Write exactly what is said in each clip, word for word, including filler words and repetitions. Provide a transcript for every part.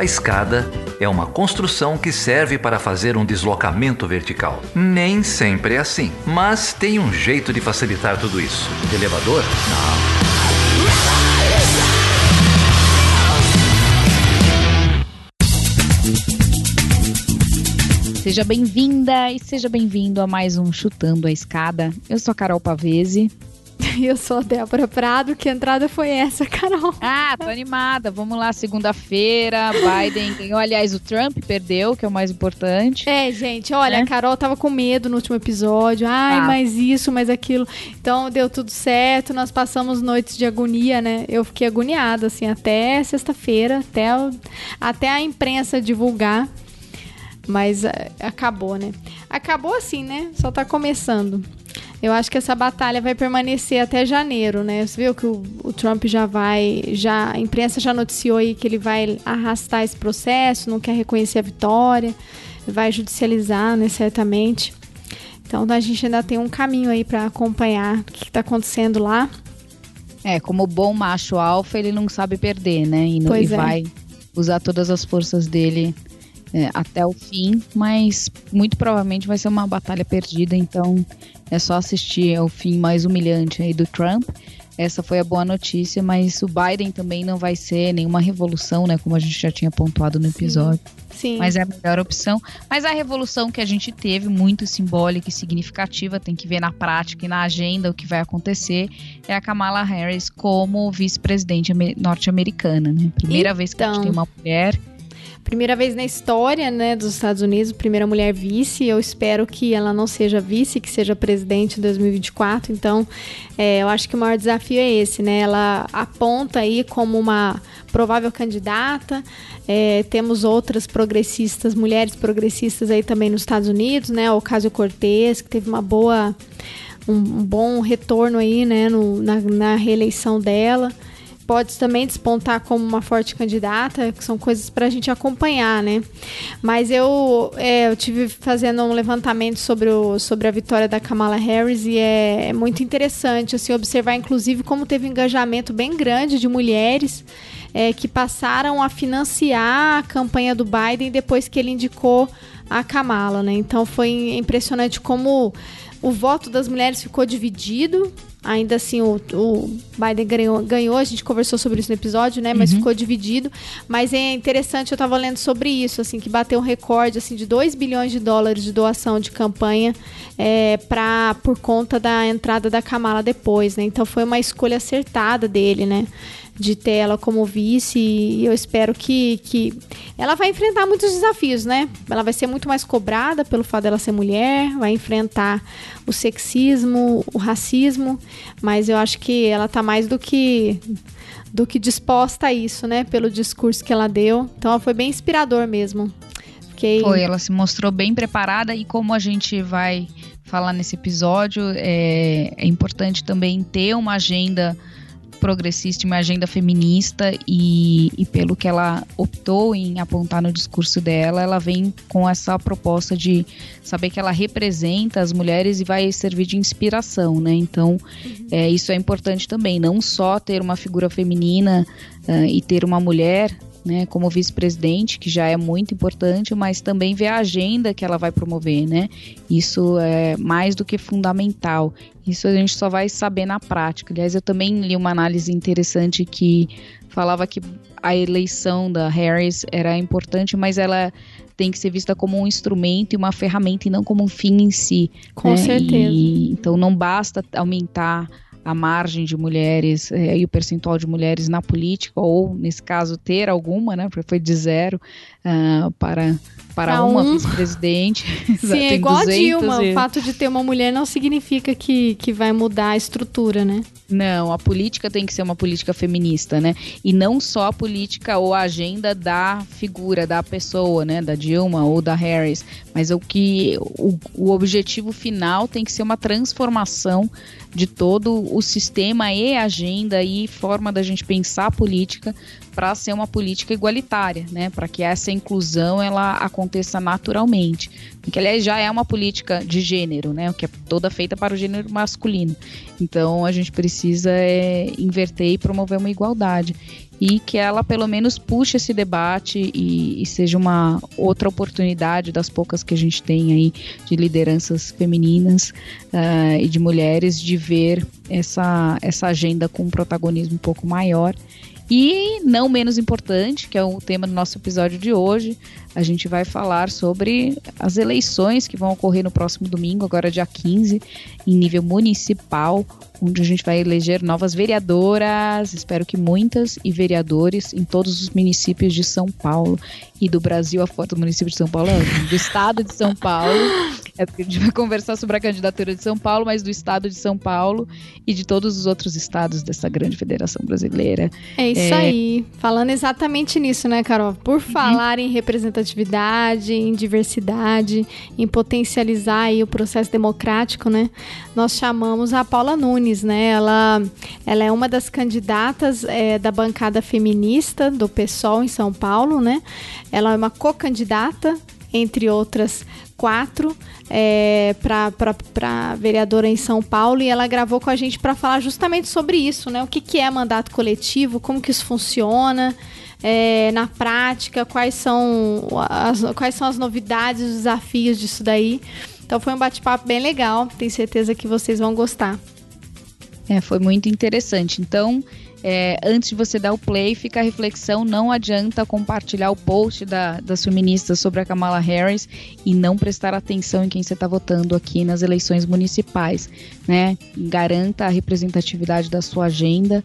escada é uma construção que serve para fazer um deslocamento vertical. Nem sempre é assim, mas tem um jeito de facilitar tudo isso. Elevador? Não. Seja bem-vinda e seja bem-vindo a mais um Chutando a Escada. Eu sou a Carol Pavese. Eu sou a Débora Prado. Que entrada foi essa, Carol? Ah, tô animada. Vamos lá, segunda-feira. Biden ganhou. Aliás, o Trump perdeu, que é o mais importante. É, gente, olha, é? a Carol tava com medo no último episódio. Ai, ah. mais isso, mais aquilo. Então, deu tudo certo. Nós passamos noites de agonia, né? Eu fiquei agoniada, assim, até sexta-feira, até, o... até a imprensa divulgar. Mas uh, acabou, né? Acabou assim, né? Só tá começando. Eu acho que essa batalha vai permanecer até janeiro, né? Você viu que o, o Trump já vai... Já, a imprensa já noticiou aí que ele vai arrastar esse processo, não quer reconhecer a vitória, vai judicializar, né? Certamente. Então a gente ainda tem um caminho aí pra acompanhar o que, que tá acontecendo lá. É, como bom macho alfa, ele não sabe perder, né? E, não, e é. vai usar todas as forças dele... É, até o fim, mas muito provavelmente vai ser uma batalha perdida, então é só assistir ao fim mais humilhante aí do Trump. Essa foi a boa notícia, mas o Biden também não vai ser nenhuma revolução, né, como a gente já tinha pontuado no episódio. Sim, sim. Mas é a melhor opção. Mas a revolução que a gente teve, muito simbólica e significativa, tem que ver na prática e na agenda o que vai acontecer, é a Kamala Harris como vice-presidente norte-americana, né? Primeira então... vez que a gente tem uma mulher... Primeira vez na história, né, dos Estados Unidos, primeira mulher vice. Eu espero que ela não seja vice, que seja presidente em dois mil e vinte e quatro. Então, é, eu acho que o maior desafio é esse, né? Ela aponta aí como uma provável candidata. É, temos outras progressistas, mulheres progressistas aí também nos Estados Unidos, né? O Ocasio-Cortez, que teve uma boa, um, um bom retorno aí, né, no, na, na reeleição dela. Pode também despontar como uma forte candidata, que são coisas para a gente acompanhar, né? Mas eu, é, eu tive fazendo um levantamento sobre, o, sobre a vitória da Kamala Harris e é, é muito interessante assim, observar, inclusive, como teve um engajamento bem grande de mulheres é, que passaram a financiar a campanha do Biden depois que ele indicou a Kamala, né? Então foi impressionante como o voto das mulheres ficou dividido. Ainda assim, o, o Biden ganhou, ganhou, a gente conversou sobre isso no episódio, né? Mas uhum. ficou dividido. Mas é interessante, eu estava lendo sobre isso, assim, que bateu um recorde assim, de dois bilhões de dólares de doação de campanha é, pra, por conta da entrada da Kamala depois, né? Então foi uma escolha acertada dele, né? De ter ela como vice, e eu espero que, que ela vai enfrentar muitos desafios, né? Ela vai ser muito mais cobrada pelo fato dela ser mulher, vai enfrentar o sexismo, o racismo, mas eu acho que ela tá mais do que, do que disposta a isso, né? Pelo discurso que ela deu. Então ela foi bem inspirador mesmo. Fiquei... Foi, ela se mostrou bem preparada e como a gente vai falar nesse episódio, é, é importante também ter uma agenda progressista, uma agenda feminista e, e pelo que ela optou em apontar no discurso dela, ela vem com essa proposta de saber que ela representa as mulheres e vai servir de inspiração, né? Então, uhum. é, isso é importante também, não só ter uma figura feminina uh, e ter uma mulher, né, como vice-presidente, que já é muito importante, mas também ver a agenda que ela vai promover, né? Isso é mais do que fundamental. Isso a gente só vai saber na prática. Aliás, eu também li uma análise interessante que falava que a eleição da Harris era importante, mas ela tem que ser vista como um instrumento e uma ferramenta e não como um fim em si. Com né? certeza. E, então não basta aumentar a margem de mulheres é, e o percentual de mulheres na política, ou nesse caso ter alguma, né, porque foi de zero uh, para, para uma um. vice-presidente. Sim, é igual a Dilma, e... o fato de ter uma mulher não significa que, que vai mudar a estrutura, né? Não, a política tem que ser uma política feminista, né? E não só a política ou a agenda da figura, da pessoa, né? Da Dilma ou da Harris, mas o que o, o objetivo final tem que ser uma transformação de todo o sistema e agenda e forma da gente pensar a política para ser uma política igualitária, né? Para que essa inclusão ela aconteça naturalmente. Que, aliás, já é uma política de gênero, né? Que é toda feita para o gênero masculino. Então, a gente precisa é, inverter e promover uma igualdade. e que ela pelo menos puxe esse debate e, e seja uma outra oportunidade das poucas que a gente tem aí de lideranças femininas uh, e de mulheres de ver essa, essa agenda com um protagonismo um pouco maior. E não menos importante, que é o tema do nosso episódio de hoje, a gente vai falar sobre as eleições que vão ocorrer no próximo domingo, agora dia quinze, em nível municipal, onde a gente vai eleger novas vereadoras, espero que muitas, e vereadores em todos os municípios de São Paulo e do Brasil afora do município de São Paulo, do estado de São Paulo. É porque a gente vai conversar sobre a candidatura de São Paulo, mas do estado de São Paulo e de todos os outros estados dessa grande federação brasileira. É isso é... aí. Falando exatamente nisso, né, Carol? Por falar uhum. em representatividade, em diversidade, em potencializar aí o processo democrático, né? Nós chamamos a Paula Nunes, né? Ela, ela é uma das candidatas é, da bancada feminista do PSOL em São Paulo, né? Ela é uma co-candidata, entre outras quatro, é, para vereadora em São Paulo, e ela gravou com a gente para falar justamente sobre isso, né? O que, que é mandato coletivo, como que isso funciona é, na prática, quais são, as, quais são as novidades, os desafios disso daí. Então foi um bate-papo bem legal, tenho certeza que vocês vão gostar. É, foi muito interessante. Então, é, antes de você dar o play, fica a reflexão, não adianta compartilhar o post da, das feministas sobre a Kamala Harris e não prestar atenção em quem você está votando aqui nas eleições municipais, né? Garanta a representatividade da sua agenda,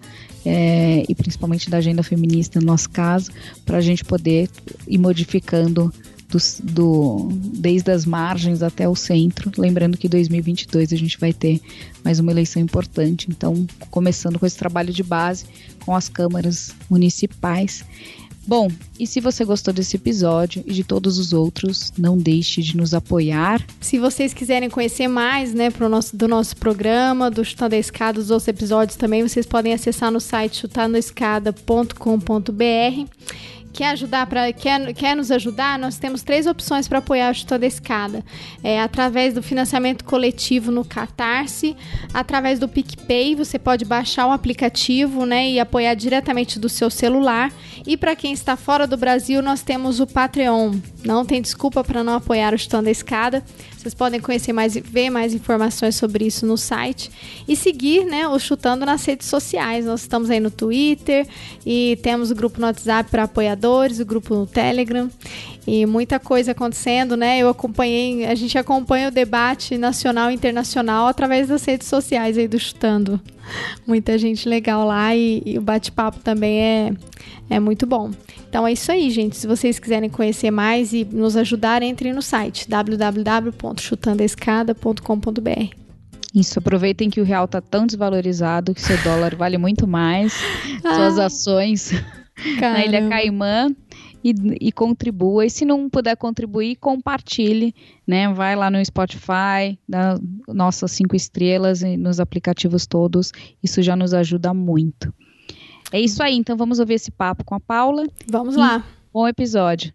é, e principalmente da agenda feminista, no nosso caso, para a gente poder ir modificando Do, do, desde as margens até o centro. Lembrando que em dois mil e vinte e dois a gente vai ter mais uma eleição importante, então começando com esse trabalho de base com as câmaras municipais. Bom, e se você gostou desse episódio e de todos os outros, não deixe de nos apoiar. Se vocês quiserem conhecer mais, né, pro nosso, do nosso programa, do Chutando a Escada, dos outros episódios também, vocês podem acessar no site chutando a escada ponto com ponto b r. Quer, ajudar pra, quer, quer nos ajudar? Nós temos três opções para apoiar o Chutando a Escada. É, através do financiamento coletivo no Catarse, através do PicPay, você pode baixar o aplicativo, né, e apoiar diretamente do seu celular. E para quem está fora do Brasil, nós temos o Patreon. Não tem desculpa para não apoiar o Chutando a Escada. Vocês podem conhecer mais, ver mais informações sobre isso no site e seguir, né, o Chutando nas redes sociais. Nós estamos aí no Twitter e temos o grupo no WhatsApp para apoiadores, o grupo no Telegram e muita coisa acontecendo, né? Eu acompanhei, a gente acompanha o debate nacional e internacional através das redes sociais aí do Chutando. Muita gente legal lá e, e o bate-papo também é, é muito bom. Então é isso aí, gente. Se vocês quiserem conhecer mais e nos ajudar, entrem no site w w w ponto chutando a escada ponto com ponto b r. Isso, aproveitem que o real tá tão desvalorizado que seu dólar vale muito mais, ah, suas ações caramba. Na Ilha Caimã, e, e contribua. E se não puder contribuir, compartilhe, né? Vai lá no Spotify, dá nossas cinco estrelas e nos aplicativos todos. Isso já nos ajuda muito. É isso aí, então vamos ouvir esse papo com a Paula. Vamos lá. Bom episódio.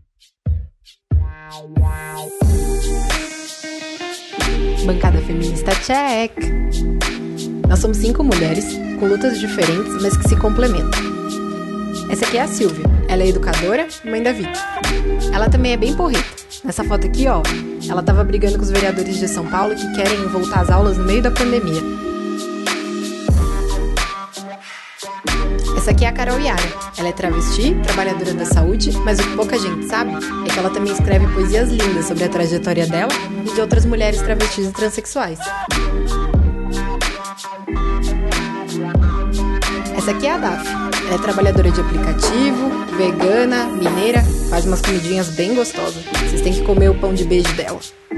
Bancada Feminista Check. Nós somos cinco mulheres com lutas diferentes, mas que se complementam. Essa aqui é a Silvia. Ela é educadora, mãe da Vicky. Ela também é bem porreta. Nessa foto aqui, ó, ela tava brigando com os vereadores de São Paulo que querem voltar às aulas no meio da pandemia. Essa aqui é a Carol Yara. Ela é travesti, trabalhadora da saúde, mas o que pouca gente sabe é que ela também escreve poesias lindas sobre a trajetória dela e de outras mulheres travestis e transexuais. Essa aqui é a Daf. Ela é trabalhadora de aplicativo, vegana, mineira, faz umas comidinhas bem gostosas. Vocês têm que comer o pão de beijo dela.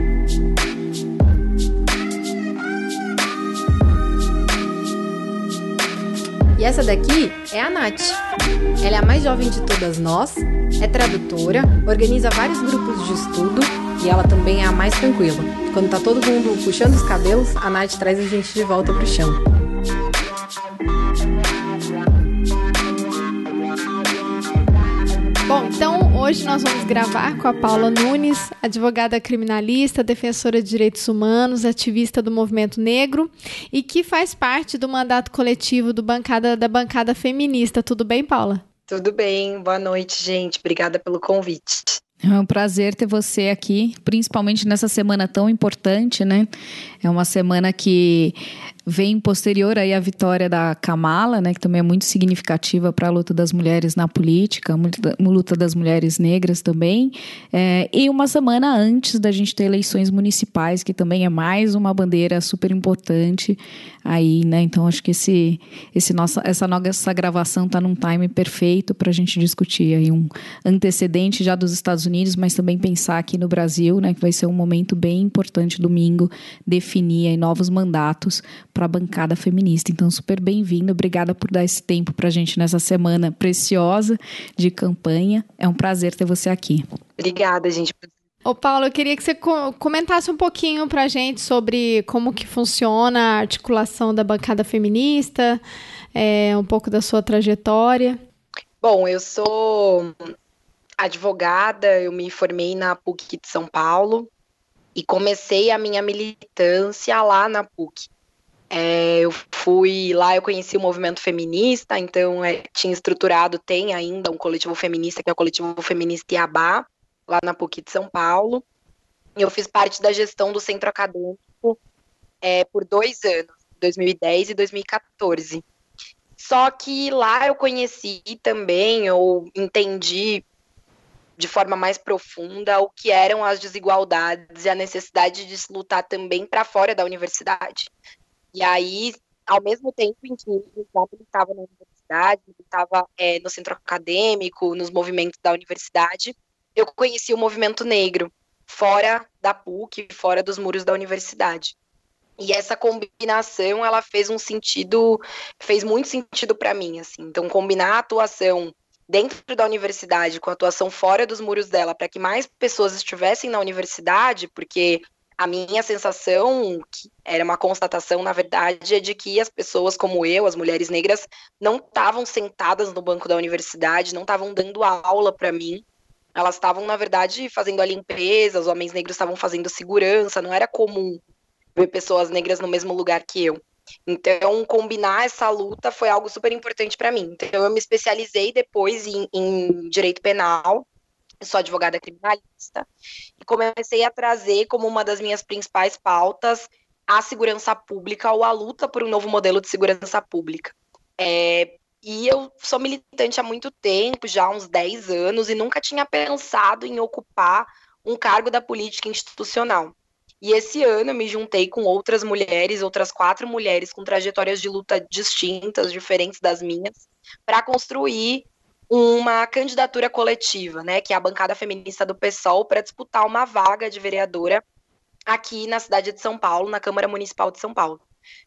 E essa daqui é a Nath. Ela é a mais jovem de todas nós, é tradutora, organiza vários grupos de estudo e ela também é a mais tranquila. Quando tá todo mundo puxando os cabelos, a Nath traz a gente de volta pro chão. Bom, então Hoje nós vamos gravar com a Paula Nunes, advogada criminalista, defensora de direitos humanos, ativista do movimento negro e que faz parte do mandato coletivo do bancada, da bancada feminista. Tudo bem, Paula? Tudo bem, boa noite, gente. Obrigada pelo convite. É um prazer ter você aqui, principalmente nessa semana tão importante, né? É uma semana que vem posterior aí à vitória da Kamala, né, que também é muito significativa para a luta das mulheres na política, a luta das mulheres negras também, é, e uma semana antes da gente ter eleições municipais, que também é mais uma bandeira super importante aí, né? Então acho que esse, esse nossa, essa nossa gravação está num time perfeito para a gente discutir aí um antecedente já dos Estados Unidos, mas também pensar aqui no Brasil, né, que vai ser um momento bem importante domingo, definir aí novos mandatos para a bancada feminista. Então, super bem-vindo. Obrigada por dar esse tempo para a gente nessa semana preciosa de campanha. É um prazer ter você aqui. Obrigada, gente. Ô, Paulo, eu queria que você comentasse um pouquinho para a gente sobre como que funciona a articulação da bancada feminista, é, um pouco da sua trajetória. Bom, eu sou advogada, eu me formei na P U C de São Paulo e comecei a minha militância lá na P U C. É, eu fui lá, eu conheci o movimento feminista, então é, tinha estruturado, tem ainda um coletivo feminista, que é o coletivo feminista Iabá, lá na P U C de São Paulo. E eu fiz parte da gestão do centro acadêmico é, por dois anos, dois mil e dez e dois mil e quatorze. Só que lá eu conheci também, eu entendi de forma mais profunda o que eram as desigualdades e a necessidade de se lutar também para fora da universidade. E aí, ao mesmo tempo em que eu estava na universidade, eu estava é, no centro acadêmico, nos movimentos da universidade, eu conheci o movimento negro, fora da P U C, fora dos muros da universidade. E essa combinação, ela fez um sentido, fez muito sentido para mim, assim. Então, combinar a atuação dentro da universidade com a atuação fora dos muros dela, para que mais pessoas estivessem na universidade, porque a minha sensação, que era uma constatação, na verdade, é de que as pessoas como eu, as mulheres negras, não estavam sentadas no banco da universidade, não estavam dando aula para mim. Elas estavam, na verdade, fazendo a limpeza, os homens negros estavam fazendo segurança, não era comum ver pessoas negras no mesmo lugar que eu. Então, combinar essa luta foi algo super importante para mim. Então, eu me especializei depois em, em direito penal, eu sou advogada criminalista, e comecei a trazer como uma das minhas principais pautas a segurança pública ou a luta por um novo modelo de segurança pública. É, e eu sou militante há muito tempo, já há uns dez anos, e nunca tinha pensado em ocupar um cargo da política institucional. E esse ano eu me juntei com outras mulheres, outras quatro mulheres com trajetórias de luta distintas, diferentes das minhas, para construir uma candidatura coletiva, né, que é a bancada feminista do PSOL, para disputar uma vaga de vereadora aqui na cidade de São Paulo, na Câmara Municipal de São Paulo.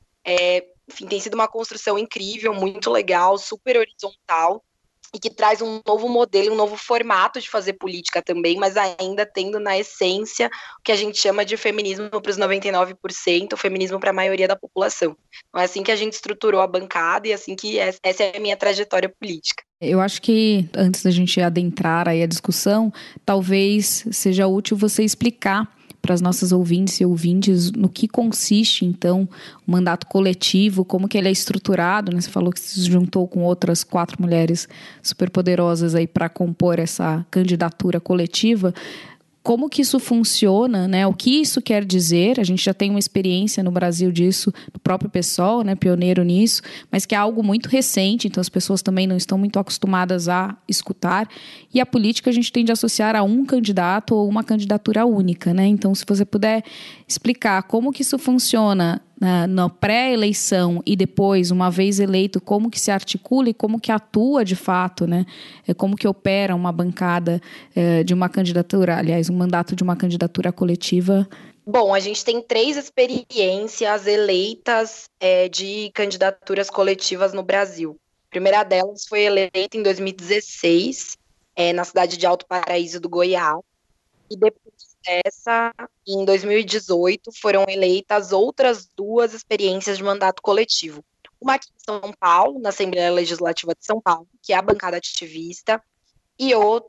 É, enfim, tem sido uma construção incrível, muito legal, super horizontal, e que traz um novo modelo, um novo formato de fazer política também, mas ainda tendo na essência o que a gente chama de feminismo para os noventa e nove por cento, feminismo para a maioria da população. Então é assim que a gente estruturou a bancada e assim que essa é a minha trajetória política. Eu acho que, antes da gente adentrar aí a discussão, talvez seja útil você explicar para as nossas ouvintes e ouvintes no que consiste, então, o mandato coletivo, como que ele é estruturado, né? Você falou que se juntou com outras quatro mulheres superpoderosas aí para compor essa candidatura coletiva. Como que isso funciona, né? O que isso quer dizer? A gente já tem uma experiência no Brasil disso, no próprio PSOL, né? Pioneiro nisso, mas que é algo muito recente, então as pessoas também não estão muito acostumadas a escutar. E a política a gente tende a associar a um candidato ou uma candidatura única, né? Então, se você puder explicar como que isso funciona na, na pré-eleição e depois, uma vez eleito, como que se articula e como que atua de fato, né? Como que opera uma bancada eh, de uma candidatura, aliás, um mandato de uma candidatura coletiva. Bom, a gente tem três experiências eleitas é, de candidaturas coletivas no Brasil. A primeira delas foi eleita em dois mil e dezesseis, é, na cidade de Alto Paraíso do Goiás, e depois dessa, em dois mil e dezoito, foram eleitas outras duas experiências de mandato coletivo. Uma aqui em São Paulo, na Assembleia Legislativa de São Paulo, que é a bancada ativista, e outra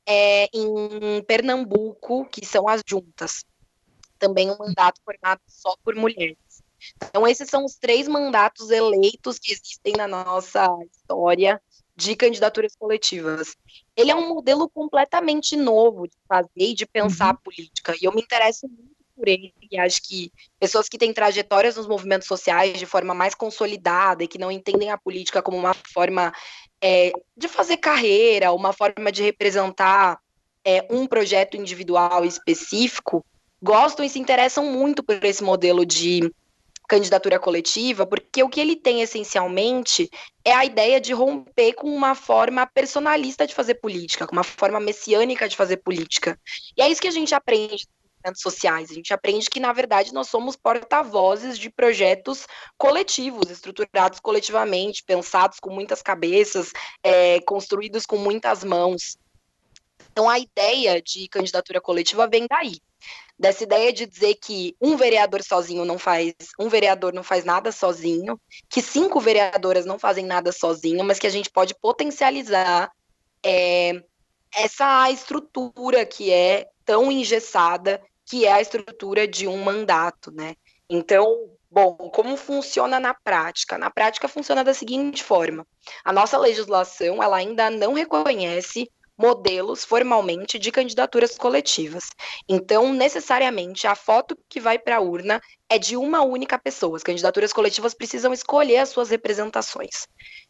é, em Pernambuco, que são as juntas. Também um mandato formado só por mulheres. Então, esses são os três mandatos eleitos que existem na nossa história de candidaturas coletivas. Ele é um modelo completamente novo de fazer e de pensar a política, e eu me interesso muito por ele, e acho que pessoas que têm trajetórias nos movimentos sociais de forma mais consolidada e que não entendem a política como uma forma é, de fazer carreira, uma forma de representar é, um projeto individual específico, gostam e se interessam muito por esse modelo de candidatura coletiva, porque o que ele tem essencialmente é a ideia de romper com uma forma personalista de fazer política, com uma forma messiânica de fazer política. E é isso que a gente aprende nos movimentos sociais. A gente aprende que, na verdade, nós somos porta-vozes de projetos coletivos, estruturados coletivamente, pensados com muitas cabeças, é, construídos com muitas mãos. Então, a ideia de candidatura coletiva vem daí. Dessa ideia de dizer que um vereador sozinho não faz, um vereador não faz nada sozinho, que cinco vereadoras não fazem nada sozinho, mas que a gente pode potencializar é, essa estrutura que é tão engessada, que é a estrutura de um mandato, né? Então, bom, como funciona na prática? Na prática funciona da seguinte forma: a nossa legislação, ela ainda não reconhece modelos formalmente de candidaturas coletivas. Então, necessariamente, a foto que vai para a urna é de uma única pessoa. As candidaturas coletivas precisam escolher as suas representações.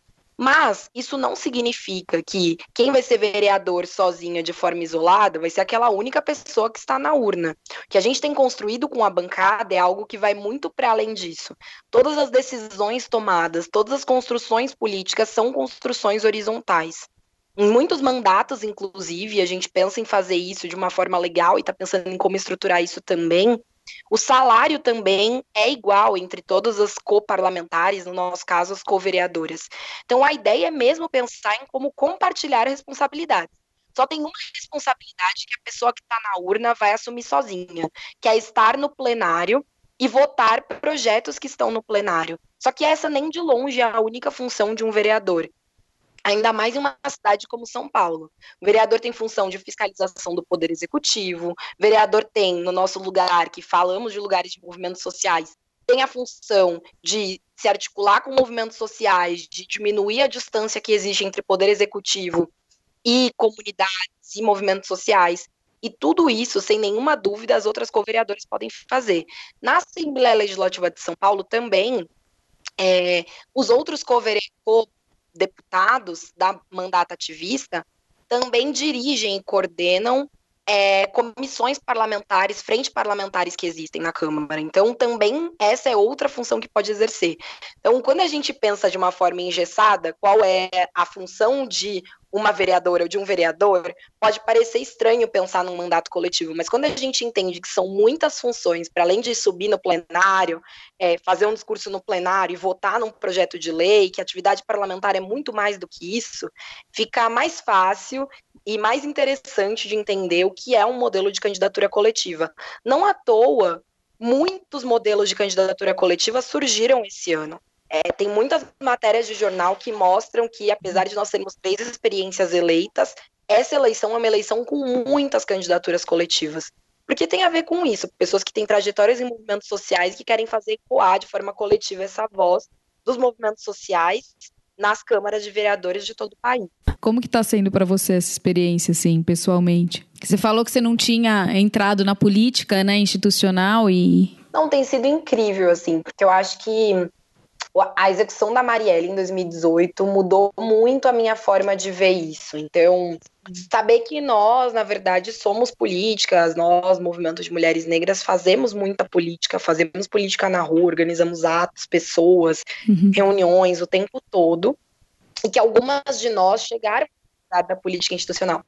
Mas isso não significa que quem vai ser vereador sozinha de forma isolada vai ser aquela única pessoa que está na urna. O que a gente tem construído com a bancada é algo que vai muito para além disso. Todas as decisões tomadas, todas as construções políticas são construções horizontais. Em muitos mandatos, inclusive, a gente pensa em fazer isso de uma forma legal e está pensando em como estruturar isso também. O salário também é igual entre todas as co-parlamentares, no nosso caso, as co-vereadoras. Então, a ideia é mesmo pensar em como compartilhar responsabilidades. Só tem uma responsabilidade que a pessoa que está na urna vai assumir sozinha, que é estar no plenário e votar projetos que estão no plenário. Só que essa nem de longe é a única função de um vereador. Ainda mais em uma cidade como São Paulo. O vereador tem função de fiscalização do poder executivo, o vereador tem, no nosso lugar, que falamos de lugares de movimentos sociais, tem a função de se articular com movimentos sociais, de diminuir a distância que existe entre poder executivo e comunidades e movimentos sociais. E tudo isso, sem nenhuma dúvida, as outras co-vereadoras podem fazer. Na Assembleia Legislativa de São Paulo também, é, os outros co-vereadores, deputados da mandata ativista também dirigem e coordenam é, comissões parlamentares, frentes parlamentares que existem na Câmara. Então, também essa é outra função que pode exercer. Então, quando a gente pensa de uma forma engessada, qual é a função de uma vereadora ou de um vereador, pode parecer estranho pensar num mandato coletivo, mas quando a gente entende que são muitas funções, para além de subir no plenário, é, fazer um discurso no plenário e votar num projeto de lei, que a atividade parlamentar é muito mais do que isso, fica mais fácil e mais interessante de entender o que é um modelo de candidatura coletiva. Não à toa, muitos modelos de candidatura coletiva surgiram esse ano. É, tem muitas matérias de jornal que mostram que, apesar de nós termos três experiências eleitas, essa eleição é uma eleição com muitas candidaturas coletivas. Porque tem a ver com isso, pessoas que têm trajetórias em movimentos sociais que querem fazer ecoar de forma coletiva essa voz dos movimentos sociais nas câmaras de vereadores de todo o país. Como que está sendo para você essa experiência, assim, pessoalmente? Você falou que você não tinha entrado na política, né, institucional e... Não, tem sido incrível, assim, porque eu acho que a execução da Marielle em dois mil e dezoito mudou muito a minha forma de ver isso. Então, saber que nós, na verdade, somos políticas, nós, movimento de mulheres negras, fazemos muita política, fazemos política na rua, organizamos atos, pessoas, uhum. reuniões o tempo todo, e que algumas de nós chegaram da política institucional.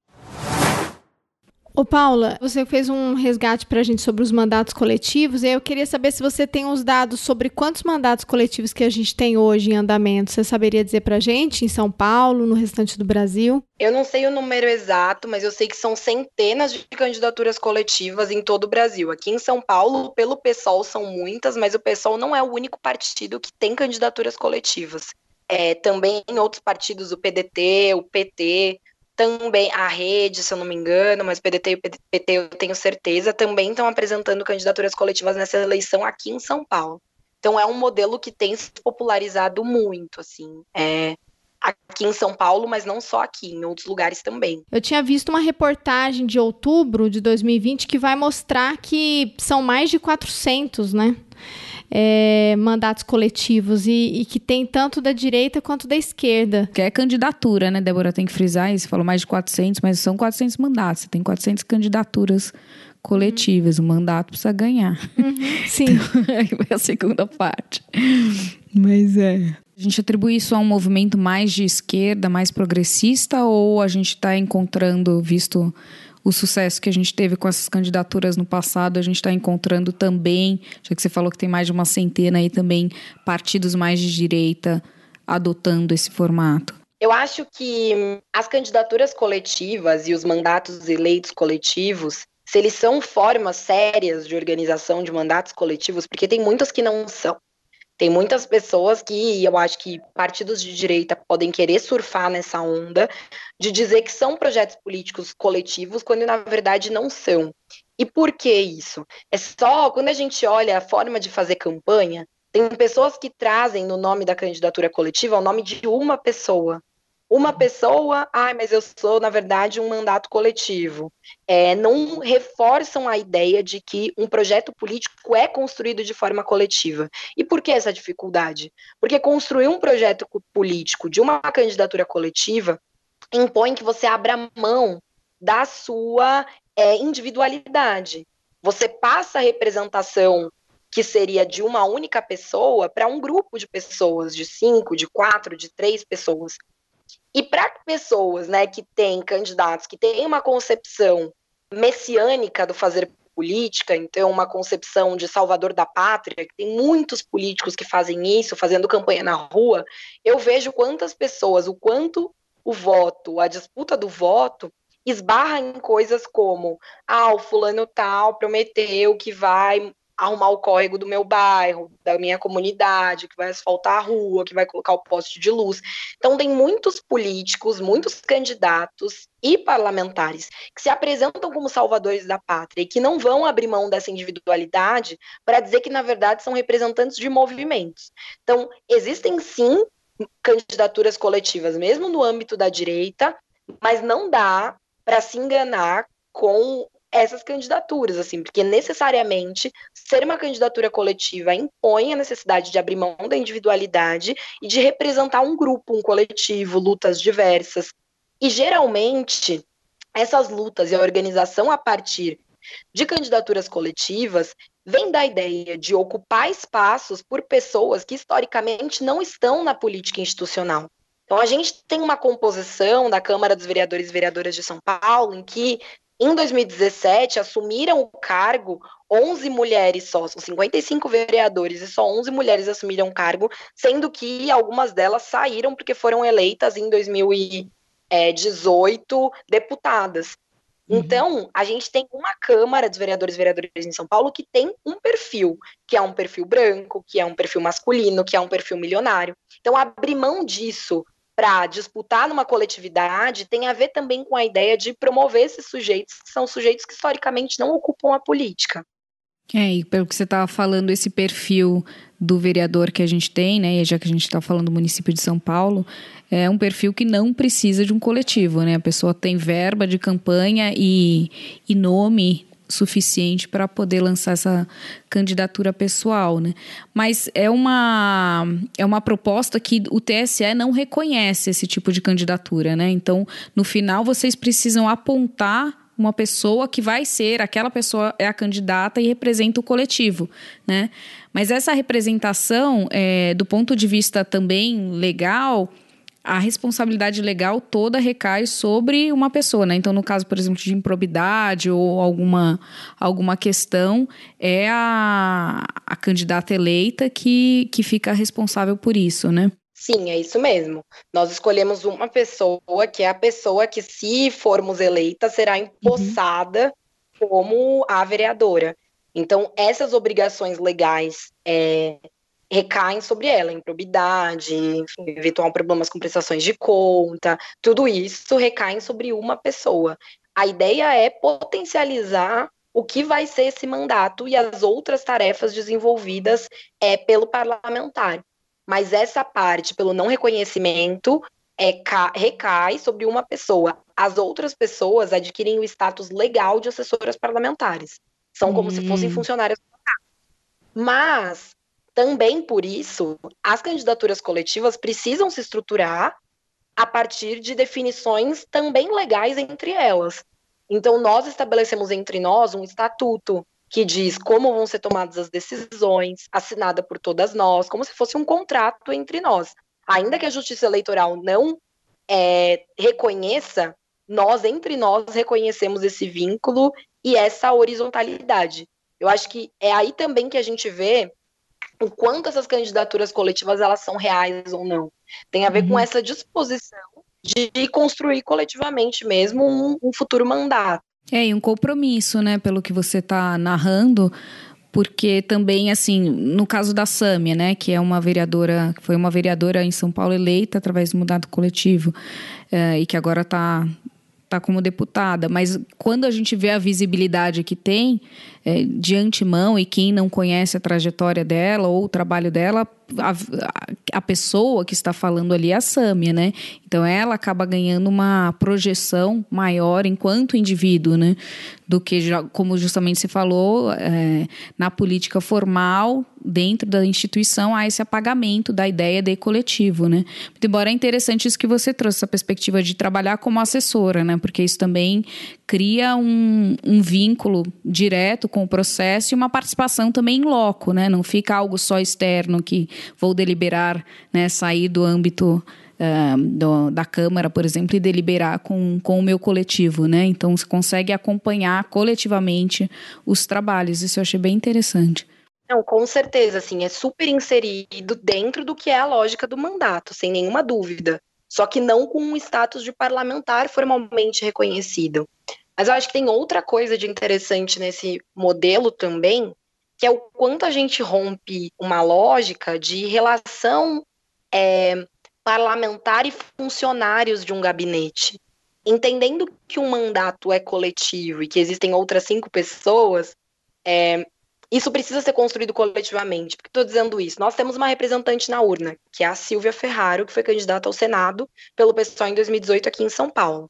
Ô Paula, você fez um resgate pra gente sobre os mandatos coletivos, e eu queria saber se você tem os dados sobre quantos mandatos coletivos que a gente tem hoje em andamento. Você saberia dizer pra gente, em São Paulo, no restante do Brasil? Eu não sei o número exato, mas eu sei que são centenas de candidaturas coletivas em todo o Brasil. Aqui em São Paulo, pelo PSOL, são muitas, mas o PSOL não é o único partido que tem candidaturas coletivas. É, também em outros partidos, o P D T, o P T... também, a Rede, se eu não me engano, mas o P D T e o P T eu tenho certeza, também estão apresentando candidaturas coletivas nessa eleição aqui em São Paulo. Então é um modelo que tem se popularizado muito, assim, é, aqui em São Paulo, mas não só aqui, em outros lugares também. Eu tinha visto uma reportagem de outubro de dois mil e vinte que vai mostrar que são mais de quatrocentos, né? É, mandatos coletivos e, e que tem tanto da direita quanto da esquerda. Que é candidatura, né, Débora? Tem que frisar isso. Você falou mais de quatrocentos, mas são quatrocentos mandatos. Você tem quatrocentas candidaturas coletivas. Uhum. O mandato precisa ganhar. Uhum. Sim. Então, aí vai a segunda parte. Mas é... A gente atribui isso a um movimento mais de esquerda, mais progressista, ou a gente está encontrando, visto o sucesso que a gente teve com essas candidaturas no passado, a gente está encontrando também, já que você falou que tem mais de uma centena aí também, partidos mais de direita adotando esse formato? Eu acho que as candidaturas coletivas e os mandatos eleitos coletivos, se eles são formas sérias de organização de mandatos coletivos, porque tem muitas que não são. Tem muitas pessoas que eu acho que partidos de direita podem querer surfar nessa onda de dizer que são projetos políticos coletivos, quando na verdade não são. E por que isso? É só quando a gente olha a forma de fazer campanha, tem pessoas que trazem no nome da candidatura coletiva o nome de uma pessoa. Uma pessoa, ai, mas eu sou, na verdade, um mandato coletivo. É, não reforçam a ideia de que um projeto político é construído de forma coletiva. E por que essa dificuldade? Porque construir um projeto político de uma candidatura coletiva impõe que você abra mão da sua é, individualidade. Você passa a representação que seria de uma única pessoa para um grupo de pessoas, de cinco, de quatro, de três pessoas. E para pessoas, né, que têm candidatos que têm uma concepção messiânica do fazer política, então uma concepção de salvador da pátria, que tem muitos políticos que fazem isso, fazendo campanha na rua, eu vejo quantas pessoas, o quanto o voto, a disputa do voto, esbarra em coisas como, ah, o fulano tal prometeu que vai arrumar o córrego do meu bairro, da minha comunidade, que vai asfaltar a rua, que vai colocar o poste de luz. Então tem muitos políticos, muitos candidatos e parlamentares que se apresentam como salvadores da pátria e que não vão abrir mão dessa individualidade para dizer que, na verdade, são representantes de movimentos. Então, existem sim candidaturas coletivas, mesmo no âmbito da direita, mas não dá para se enganar com essas candidaturas, assim, porque necessariamente ser uma candidatura coletiva impõe a necessidade de abrir mão da individualidade e de representar um grupo, um coletivo, lutas diversas. E geralmente essas lutas e a organização a partir de candidaturas coletivas vem da ideia de ocupar espaços por pessoas que historicamente não estão na política institucional. Então a gente tem uma composição da Câmara dos Vereadores e Vereadoras de São Paulo em que em dois mil e dezessete, assumiram o cargo onze mulheres só, são cinquenta e cinco vereadores e só onze mulheres assumiram o cargo, sendo que algumas delas saíram porque foram eleitas em dois mil e dezoito deputadas. Uhum. Então, a gente tem uma Câmara dos Vereadores e Vereadoras em São Paulo que tem um perfil, que é um perfil branco, que é um perfil masculino, que é um perfil milionário. Então, abrir mão disso para disputar numa coletividade tem a ver também com a ideia de promover esses sujeitos, que são sujeitos que historicamente não ocupam a política. É, e pelo que você estava falando, esse perfil do vereador que a gente tem, né, e já que a gente está falando do município de São Paulo, é um perfil que não precisa de um coletivo, né? A pessoa tem verba de campanha e, e nome suficiente para poder lançar essa candidatura pessoal, né? Mas é uma, é uma proposta que o T S E não reconhece esse tipo de candidatura, né? Então, no final, vocês precisam apontar uma pessoa que vai ser, aquela pessoa é a candidata e representa o coletivo, né? Mas essa representação, é, do ponto de vista também legal, a responsabilidade legal toda recai sobre uma pessoa, né? Então, no caso, por exemplo, de improbidade ou alguma, alguma questão, é a, a candidata eleita que, que fica responsável por isso, né? Sim, é isso mesmo. Nós escolhemos uma pessoa que é a pessoa que, se formos eleita, será empossada uhum. como a vereadora. Então, essas obrigações legais é, recaem sobre ela, improbidade, enfim, eventual problemas com prestações de conta, tudo isso recai sobre uma pessoa. A ideia é potencializar o que vai ser esse mandato e as outras tarefas desenvolvidas é, pelo parlamentar. Mas essa parte, pelo não reconhecimento, é, ca- recai sobre uma pessoa. As outras pessoas adquirem o status legal de assessoras parlamentares. São como hum. se fossem funcionárias do mandato. Mas também por isso, as candidaturas coletivas precisam se estruturar a partir de definições também legais entre elas. Então, nós estabelecemos entre nós um estatuto que diz como vão ser tomadas as decisões, assinada por todas nós, como se fosse um contrato entre nós. Ainda que a Justiça Eleitoral não é, reconheça, nós, entre nós, reconhecemos esse vínculo e essa horizontalidade. Eu acho que é aí também que a gente vê o quanto essas candidaturas coletivas elas são reais ou não. Tem a ver uhum. com essa disposição de construir coletivamente mesmo um, um futuro mandato. É, e um compromisso, né, pelo que você está narrando, porque também, assim, no caso da Sâmia, né, que é uma vereadora, foi uma vereadora em São Paulo eleita através do mandato coletivo, é, e que agora está tá como deputada, mas quando a gente vê a visibilidade que tem é, de antemão, e quem não conhece a trajetória dela ou o trabalho dela, a, a pessoa que está falando ali é a Sâmia, né? Então ela acaba ganhando uma projeção maior enquanto indivíduo, né? Do que, já, como justamente você falou, é, na política formal, dentro da instituição, há esse apagamento da ideia de coletivo, né? Embora é interessante isso que você trouxe, essa perspectiva de trabalhar como assessora, né? Porque isso também cria um, um vínculo direto com o processo e uma participação também em loco, né? Não fica algo só externo que vou deliberar, né? Sair do âmbito uh, do, da Câmara, por exemplo, e deliberar com, com o meu coletivo, né? Então, você consegue acompanhar coletivamente os trabalhos. Isso eu achei bem interessante. Não, com certeza, assim, é super inserido dentro do que é a lógica do mandato, sem nenhuma dúvida. Só que não com um status de parlamentar formalmente reconhecido. Mas eu acho que tem outra coisa de interessante nesse modelo também, que é o quanto a gente rompe uma lógica de relação é, parlamentar e funcionários de um gabinete. Entendendo que um mandato é coletivo e que existem outras cinco pessoas, é, isso precisa ser construído coletivamente. Por que estou dizendo isso? Nós temos uma representante na urna, que é a Silvia Ferraro, que foi candidata ao Senado pelo P SOL em dois mil e dezoito aqui em São Paulo.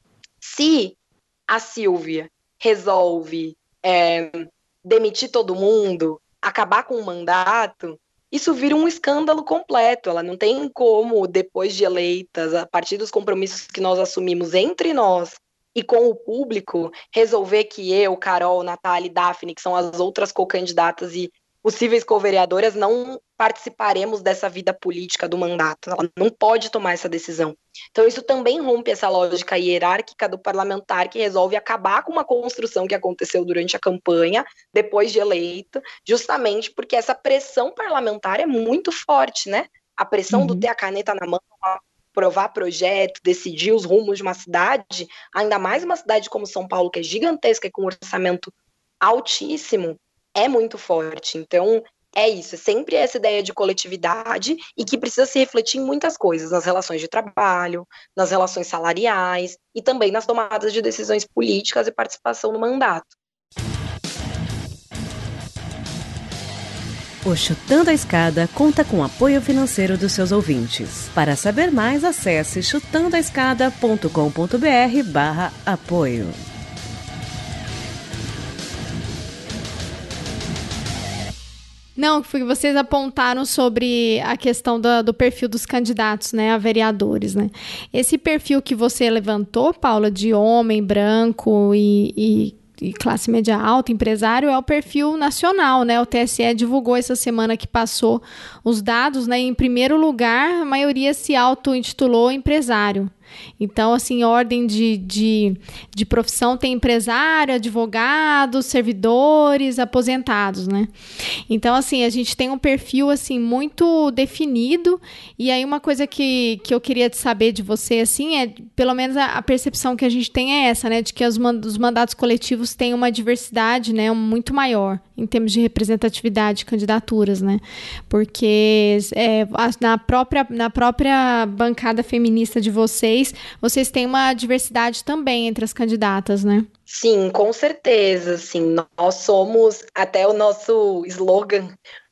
Se a Silvia resolve é, demitir todo mundo, acabar com o mandato, isso vira um escândalo completo. Ela não tem como, depois de eleitas, a partir dos compromissos que nós assumimos entre nós e com o público, resolver que eu, Carol, Natália e Daphne, que são as outras co-candidatas e possíveis co-vereadoras, não participaremos dessa vida política do mandato. Ela não pode tomar essa decisão. Então isso também rompe essa lógica hierárquica do parlamentar que resolve acabar com uma construção que aconteceu durante a campanha, depois de eleito, justamente porque essa pressão parlamentar é muito forte, né? A pressão uhum. do ter a caneta na mão, aprovar projeto, decidir os rumos de uma cidade, ainda mais uma cidade como São Paulo, que é gigantesca e com um orçamento altíssimo, é muito forte. Então, é isso, é sempre essa ideia de coletividade e que precisa se refletir em muitas coisas, nas relações de trabalho, nas relações salariais e também nas tomadas de decisões políticas e participação no mandato. O Chutando a Escada conta com o apoio financeiro dos seus ouvintes. Para saber mais, acesse chutandoaescada ponto com ponto br barra apoio. Não, foi que vocês apontaram sobre a questão do, do perfil dos candidatos, né, a vereadores, né? Esse perfil que você levantou, Paula, de homem, branco e, e e classe média alta, empresário, é o perfil nacional, né? O T S E divulgou essa semana que passou os dados, né? Em primeiro lugar, a maioria se auto-intitulou empresário. Então, assim, ordem de, de, de profissão tem empresário, advogado, servidores, aposentados, né? Então, assim, a gente tem um perfil, assim, muito definido. E aí, uma coisa que, que eu queria saber de você, assim, é, pelo menos a, a percepção que a gente tem é essa, né? De que os, os mandatos coletivos têm uma diversidade, né? Muito maior em termos de representatividade de candidaturas, né? Porque é, na, própria, na própria bancada feminista de vocês, vocês têm uma diversidade também entre as candidatas, né? Sim, com certeza, sim. Nós somos, até o nosso slogan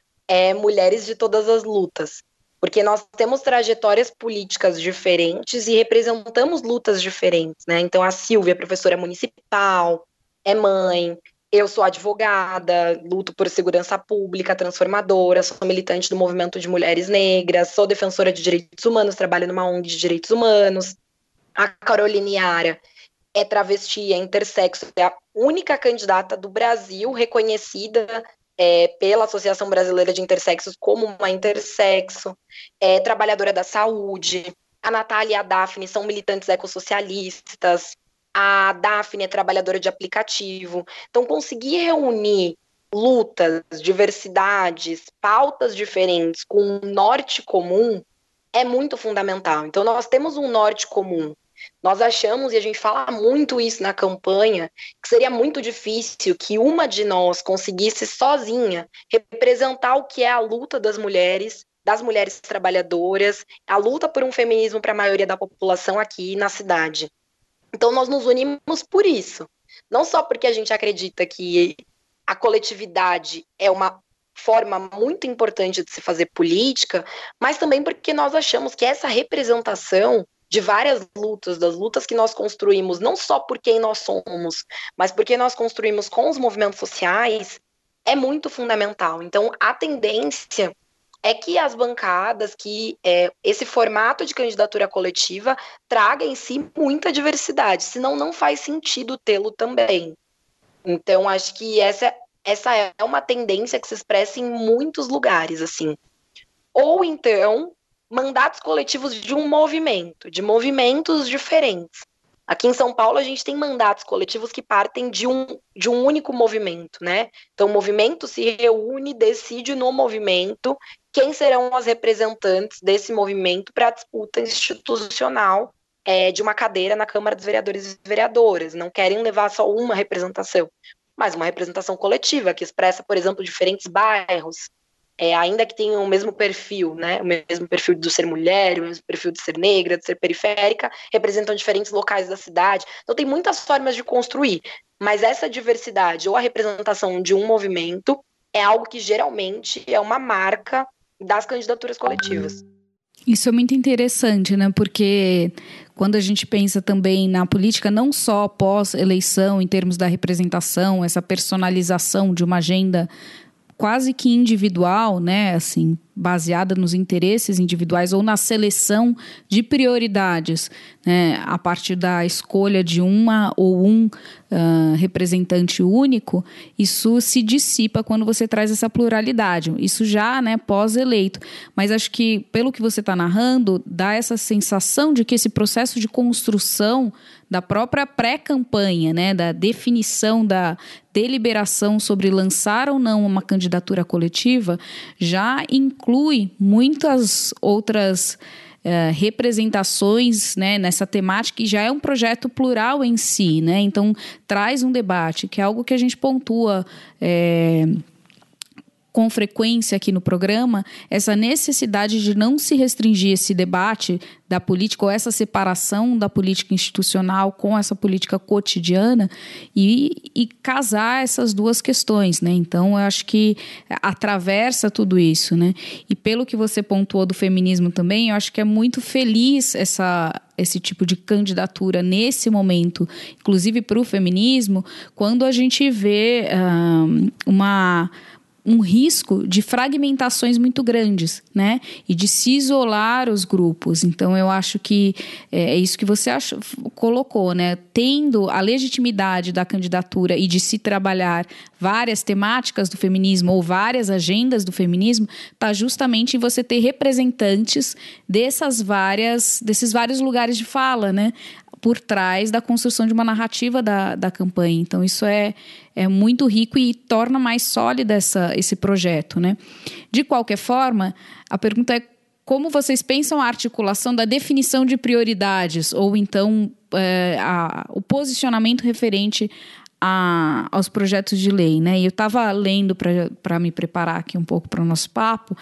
é Mulheres de Todas as Lutas, porque nós temos trajetórias políticas diferentes e representamos lutas diferentes, né? Então a Silvia é professora municipal, é mãe, eu sou advogada, luto por segurança pública transformadora, sou militante do movimento de mulheres negras, sou defensora de direitos humanos, trabalho numa O N G de direitos humanos. A Caroline Yara é travesti, é intersexo, é a única candidata do Brasil reconhecida é, pela Associação Brasileira de Intersexos como uma intersexo, é trabalhadora da saúde. A Natália e a Daphne são militantes ecossocialistas. A Daphne é trabalhadora de aplicativo. Então, conseguir reunir lutas, diversidades, pautas diferentes com um norte comum é muito fundamental. Então, nós temos um norte comum. Nós achamos, e a gente fala muito isso na campanha, que seria muito difícil que uma de nós conseguisse sozinha representar o que é a luta das mulheres, das mulheres trabalhadoras, a luta por um feminismo para a maioria da população aqui na cidade. Então, nós nos unimos por isso. Não só porque a gente acredita que a coletividade é uma forma muito importante de se fazer política, mas também porque nós achamos que essa representação de várias lutas, das lutas que nós construímos, não só por quem nós somos, mas porque nós construímos com os movimentos sociais, é muito fundamental. Então, a tendência é que as bancadas, que é, esse formato de candidatura coletiva traga em si muita diversidade, senão não faz sentido tê-lo também. Então, acho que essa, essa é uma tendência que se expressa em muitos lugares, assim. Ou então, mandatos coletivos de um movimento, de movimentos diferentes. Aqui em São Paulo, a gente tem mandatos coletivos que partem de um, de um único movimento, né? Então, o movimento se reúne, decide no movimento quem serão as representantes desse movimento para a disputa institucional é, de uma cadeira na Câmara dos Vereadores e Vereadoras. Não querem levar só uma representação, mas uma representação coletiva, que expressa, por exemplo, diferentes bairros, é, ainda que tenham o mesmo perfil, né? O mesmo perfil de ser mulher, o mesmo perfil de ser negra, de ser periférica, representam diferentes locais da cidade. Então tem muitas formas de construir, mas essa diversidade ou a representação de um movimento é algo que geralmente é uma marca das candidaturas coletivas. Isso é muito interessante, né? Porque quando a gente pensa também na política, não só pós-eleição, em termos da representação, essa personalização de uma agenda quase que individual, né? Assim, baseada nos interesses individuais ou na seleção de prioridades, né? A partir da escolha de uma ou um uh, representante único, isso se dissipa quando você traz essa pluralidade. Isso já, né, pós-eleito. Mas acho que, pelo que você está narrando, dá essa sensação de que esse processo de construção da própria pré-campanha, né, da definição da deliberação sobre lançar ou não uma candidatura coletiva, já inclui muitas outras uh, representações, né, nessa temática, e já é um projeto plural em si, né? Então traz um debate, que é algo que a gente pontua é, com frequência aqui no programa, essa necessidade de não se restringir esse debate da política, ou essa separação da política institucional com essa política cotidiana, e, e casar essas duas questões, né? Então, eu acho que atravessa tudo isso, né? E pelo que você pontuou do feminismo também, eu acho que é muito feliz essa, esse tipo de candidatura nesse momento, inclusive para o feminismo, quando a gente vê um, uma... um risco de fragmentações muito grandes, né? E de se isolar os grupos. Então, eu acho que é isso que você achou, colocou, né? Tendo a legitimidade da candidatura e de se trabalhar várias temáticas do feminismo ou várias agendas do feminismo, está justamente em você ter representantes dessas várias, desses vários lugares de fala, né? Por trás da construção de uma narrativa da, da campanha. Então, isso é, é muito rico e torna mais sólido essa, esse projeto, né? De qualquer forma, a pergunta é como vocês pensam a articulação da definição de prioridades ou, então, é, a, o posicionamento referente a, aos projetos de lei, né? E eu estava lendo para me preparar aqui um pouco para o nosso papo,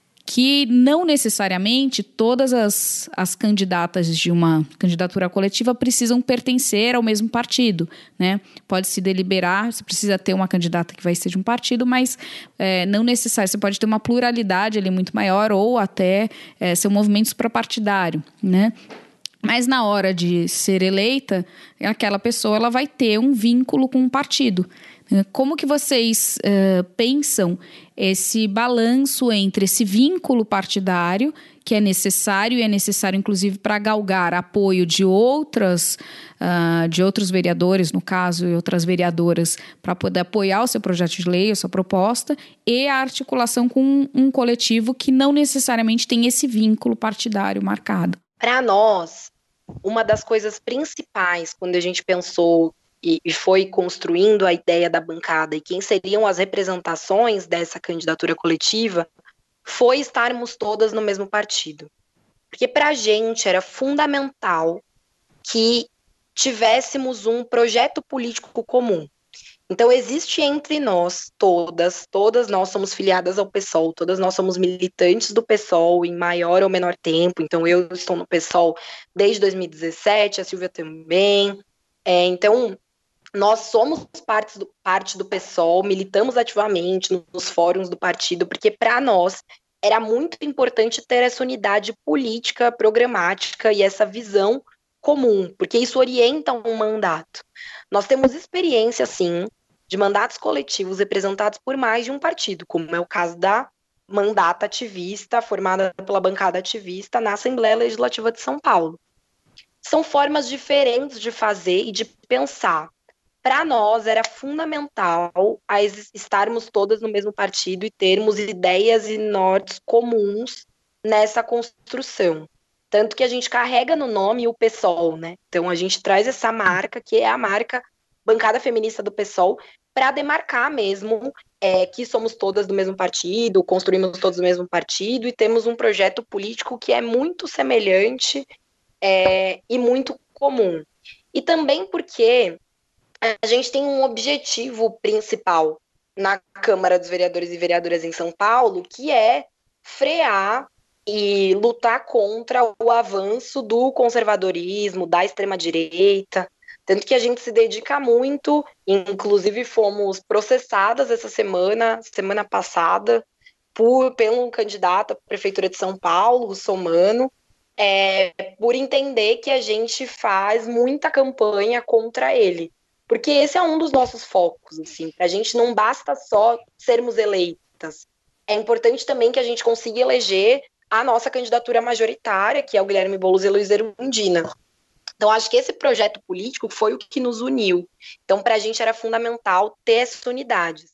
que não necessariamente todas as, as candidatas de uma candidatura coletiva precisam pertencer ao mesmo partido, né? Pode-se deliberar, você precisa ter uma candidata que vai ser de um partido, mas é, não necessariamente, você pode ter uma pluralidade ali muito maior ou até é, ser um movimento suprapartidário, né? Mas na hora de ser eleita, aquela pessoa ela vai ter um vínculo com um partido. Como que vocês uh, pensam esse balanço entre esse vínculo partidário, que é necessário, e é necessário inclusive para galgar apoio de outras, uh, de outros vereadores, no caso, e outras vereadoras, para poder apoiar o seu projeto de lei, a sua proposta, e a articulação com um, um coletivo que não necessariamente tem esse vínculo partidário marcado? Para nós, uma das coisas principais quando a gente pensou e foi construindo a ideia da bancada e quem seriam as representações dessa candidatura coletiva, foi estarmos todas no mesmo partido. Porque para a gente era fundamental que tivéssemos um projeto político comum. Então existe entre nós todas, todas nós somos filiadas ao PSOL, todas nós somos militantes do PSOL em maior ou menor tempo. Então eu estou no PSOL desde dois mil e dezessete, a Silvia também. É, então nós somos parte do, parte do PSOL, militamos ativamente nos fóruns do partido, porque para nós era muito importante ter essa unidade política, programática e essa visão comum, porque isso orienta um mandato. Nós temos experiência, sim, de mandatos coletivos representados por mais de um partido, como é o caso da mandata ativista, formada pela bancada ativista na Assembleia Legislativa de São Paulo. São formas diferentes de fazer e de pensar. Para nós era fundamental a estarmos todas no mesmo partido e termos ideias e nortes comuns nessa construção. Tanto que a gente carrega no nome o PSOL, né? Então a gente traz essa marca, que é a marca Bancada Feminista do PSOL, para demarcar mesmo é, que somos todas do mesmo partido, construímos todos o mesmo partido e temos um projeto político que é muito semelhante é, e muito comum. E também porque a gente tem um objetivo principal na Câmara dos Vereadores e Vereadoras em São Paulo, que é frear e lutar contra o avanço do conservadorismo, da extrema-direita, tanto que a gente se dedica muito, inclusive fomos processadas essa semana, semana passada, por, pelo candidato à Prefeitura de São Paulo, o Somano, é, por entender que a gente faz muita campanha contra ele. Porque esse é um dos nossos focos, assim, a gente não basta só sermos eleitas, é importante também que a gente consiga eleger a nossa candidatura majoritária, que é o Guilherme Boulos e Luiz Erundina. Então, acho que esse projeto político foi o que nos uniu. Então, para a gente era fundamental ter essas unidades.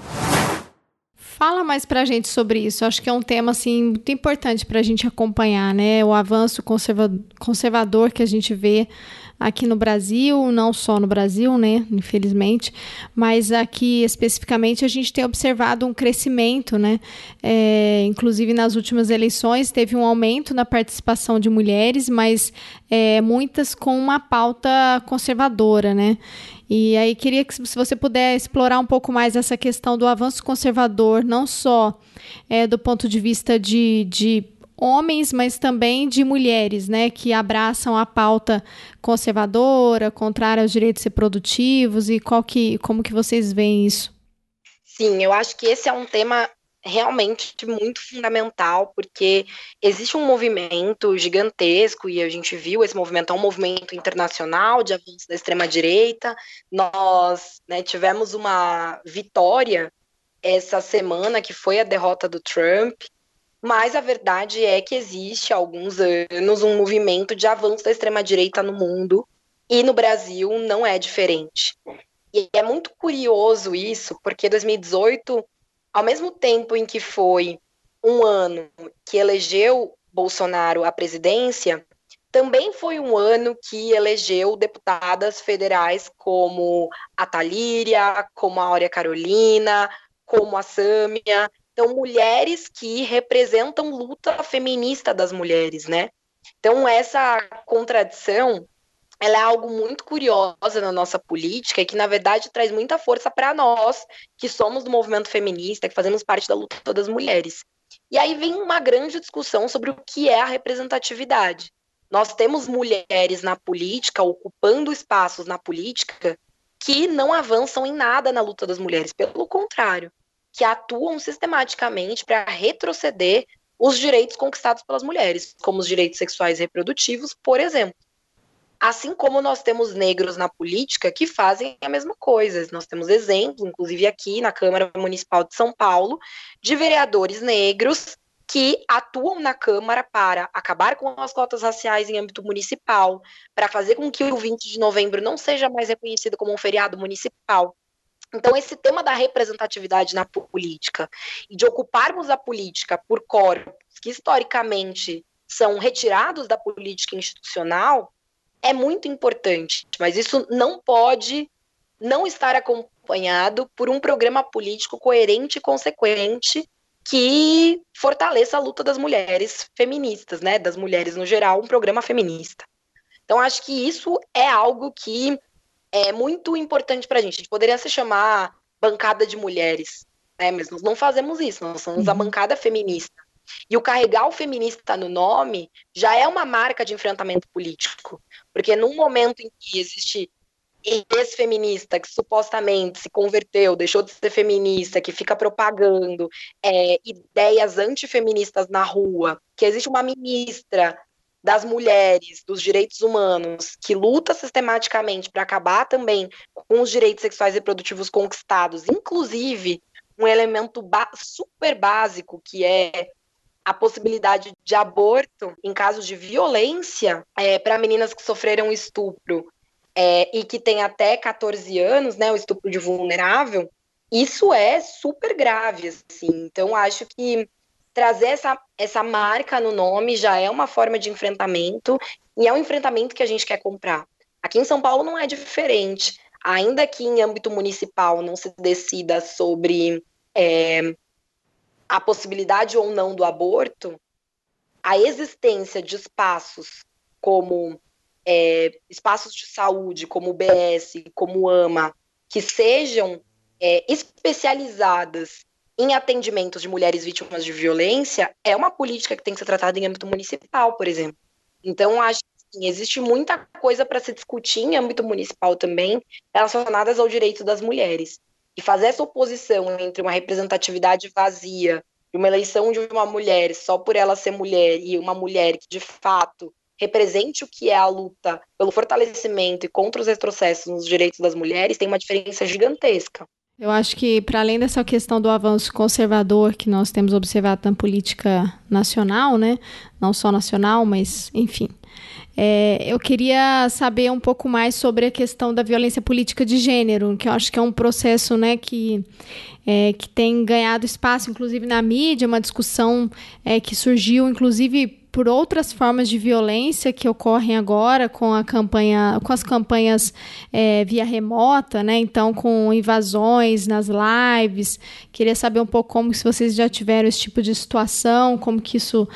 Fala mais pra gente sobre isso. Acho que é um tema assim, muito importante para a gente acompanhar, né? O avanço conserva- conservador que a gente vê aqui no Brasil, não só no Brasil, né, infelizmente, mas aqui especificamente a gente tem observado um crescimento, né, é, inclusive nas últimas eleições teve um aumento na participação de mulheres, mas é, muitas com uma pauta conservadora, né, e aí queria que se você puder explorar um pouco mais essa questão do avanço conservador, não só é, do ponto de vista de, de homens, mas também de mulheres, né, que abraçam a pauta conservadora, contrária aos direitos reprodutivos, e qual que, como que vocês veem isso? Sim, eu acho que esse é um tema realmente muito fundamental, porque existe um movimento gigantesco, e a gente viu esse movimento, é um movimento internacional de avanço da extrema-direita. Nós, né, tivemos uma vitória essa semana, que foi a derrota do Trump, mas a verdade é que existe há alguns anos um movimento de avanço da extrema-direita no mundo, e no Brasil não é diferente. E é muito curioso isso, porque dois mil e dezoito, ao mesmo tempo em que foi um ano que elegeu Bolsonaro à presidência, também foi um ano que elegeu deputadas federais como a Thalíria, como a Áurea Carolina, como a Sâmia. Então, mulheres que representam luta feminista das mulheres, né? Então, essa contradição ela é algo muito curiosa na nossa política e que, na verdade, traz muita força para nós, que somos do movimento feminista, que fazemos parte da luta das mulheres. E aí vem uma grande discussão sobre o que é a representatividade. Nós temos mulheres na política, ocupando espaços na política, que não avançam em nada na luta das mulheres, pelo contrário, que atuam sistematicamente para retroceder os direitos conquistados pelas mulheres, como os direitos sexuais e reprodutivos, por exemplo. Assim como nós temos negros na política que fazem a mesma coisa. Nós temos exemplos, inclusive aqui na Câmara Municipal de São Paulo, de vereadores negros que atuam na Câmara para acabar com as cotas raciais em âmbito municipal, para fazer com que o vinte de novembro não seja mais reconhecido como um feriado municipal. Então, esse tema da representatividade na política e de ocuparmos a política por corpos que historicamente são retirados da política institucional é muito importante, mas isso não pode não estar acompanhado por um programa político coerente e consequente que fortaleça a luta das mulheres feministas, né, das mulheres no geral, um programa feminista. Então, acho que isso é algo que é muito importante para a gente. A gente poderia se chamar bancada de mulheres, né, mas nós não fazemos isso, nós somos a bancada feminista. E o carregar o feminista no nome já é uma marca de enfrentamento político, porque num momento em que existe esse feminista que supostamente se converteu, deixou de ser feminista, que fica propagando é, ideias antifeministas na rua, que existe uma ministra das mulheres, dos direitos humanos, que luta sistematicamente para acabar também com os direitos sexuais e reprodutivos conquistados, inclusive um elemento ba- super básico que é a possibilidade de aborto em casos de violência é, para meninas que sofreram estupro é, e que têm até catorze anos, né, o estupro de vulnerável, isso é super grave, assim. Então, acho que trazer essa, essa marca no nome já é uma forma de enfrentamento e é um enfrentamento que a gente quer comprar. Aqui em São Paulo não é diferente. Ainda que em âmbito municipal não se decida sobre É, a possibilidade ou não do aborto, a existência de espaços como é, espaços de saúde, como o B S, como o AMA, que sejam é, especializadas em atendimentos de mulheres vítimas de violência, é uma política que tem que ser tratada em âmbito municipal, por exemplo. Então, acho que sim, existe muita coisa para se discutir em âmbito municipal também, relacionadas ao direito das mulheres. E fazer essa oposição entre uma representatividade vazia e uma eleição de uma mulher só por ela ser mulher e uma mulher que, de fato, represente o que é a luta pelo fortalecimento e contra os retrocessos nos direitos das mulheres, tem uma diferença gigantesca. Eu acho que, para além dessa questão do avanço conservador que nós temos observado na política nacional, né, não só nacional, mas, enfim, é, eu queria saber um pouco mais sobre a questão da violência política de gênero, que eu acho que é um processo, né, que, é, que tem ganhado espaço, inclusive na mídia, uma discussão é, que surgiu, inclusive, por outras formas de violência que ocorrem agora com a campanha, com as campanhas é, via remota, né? Então, com invasões nas lives. Queria saber um pouco como, se vocês já tiveram esse tipo de situação, como que isso,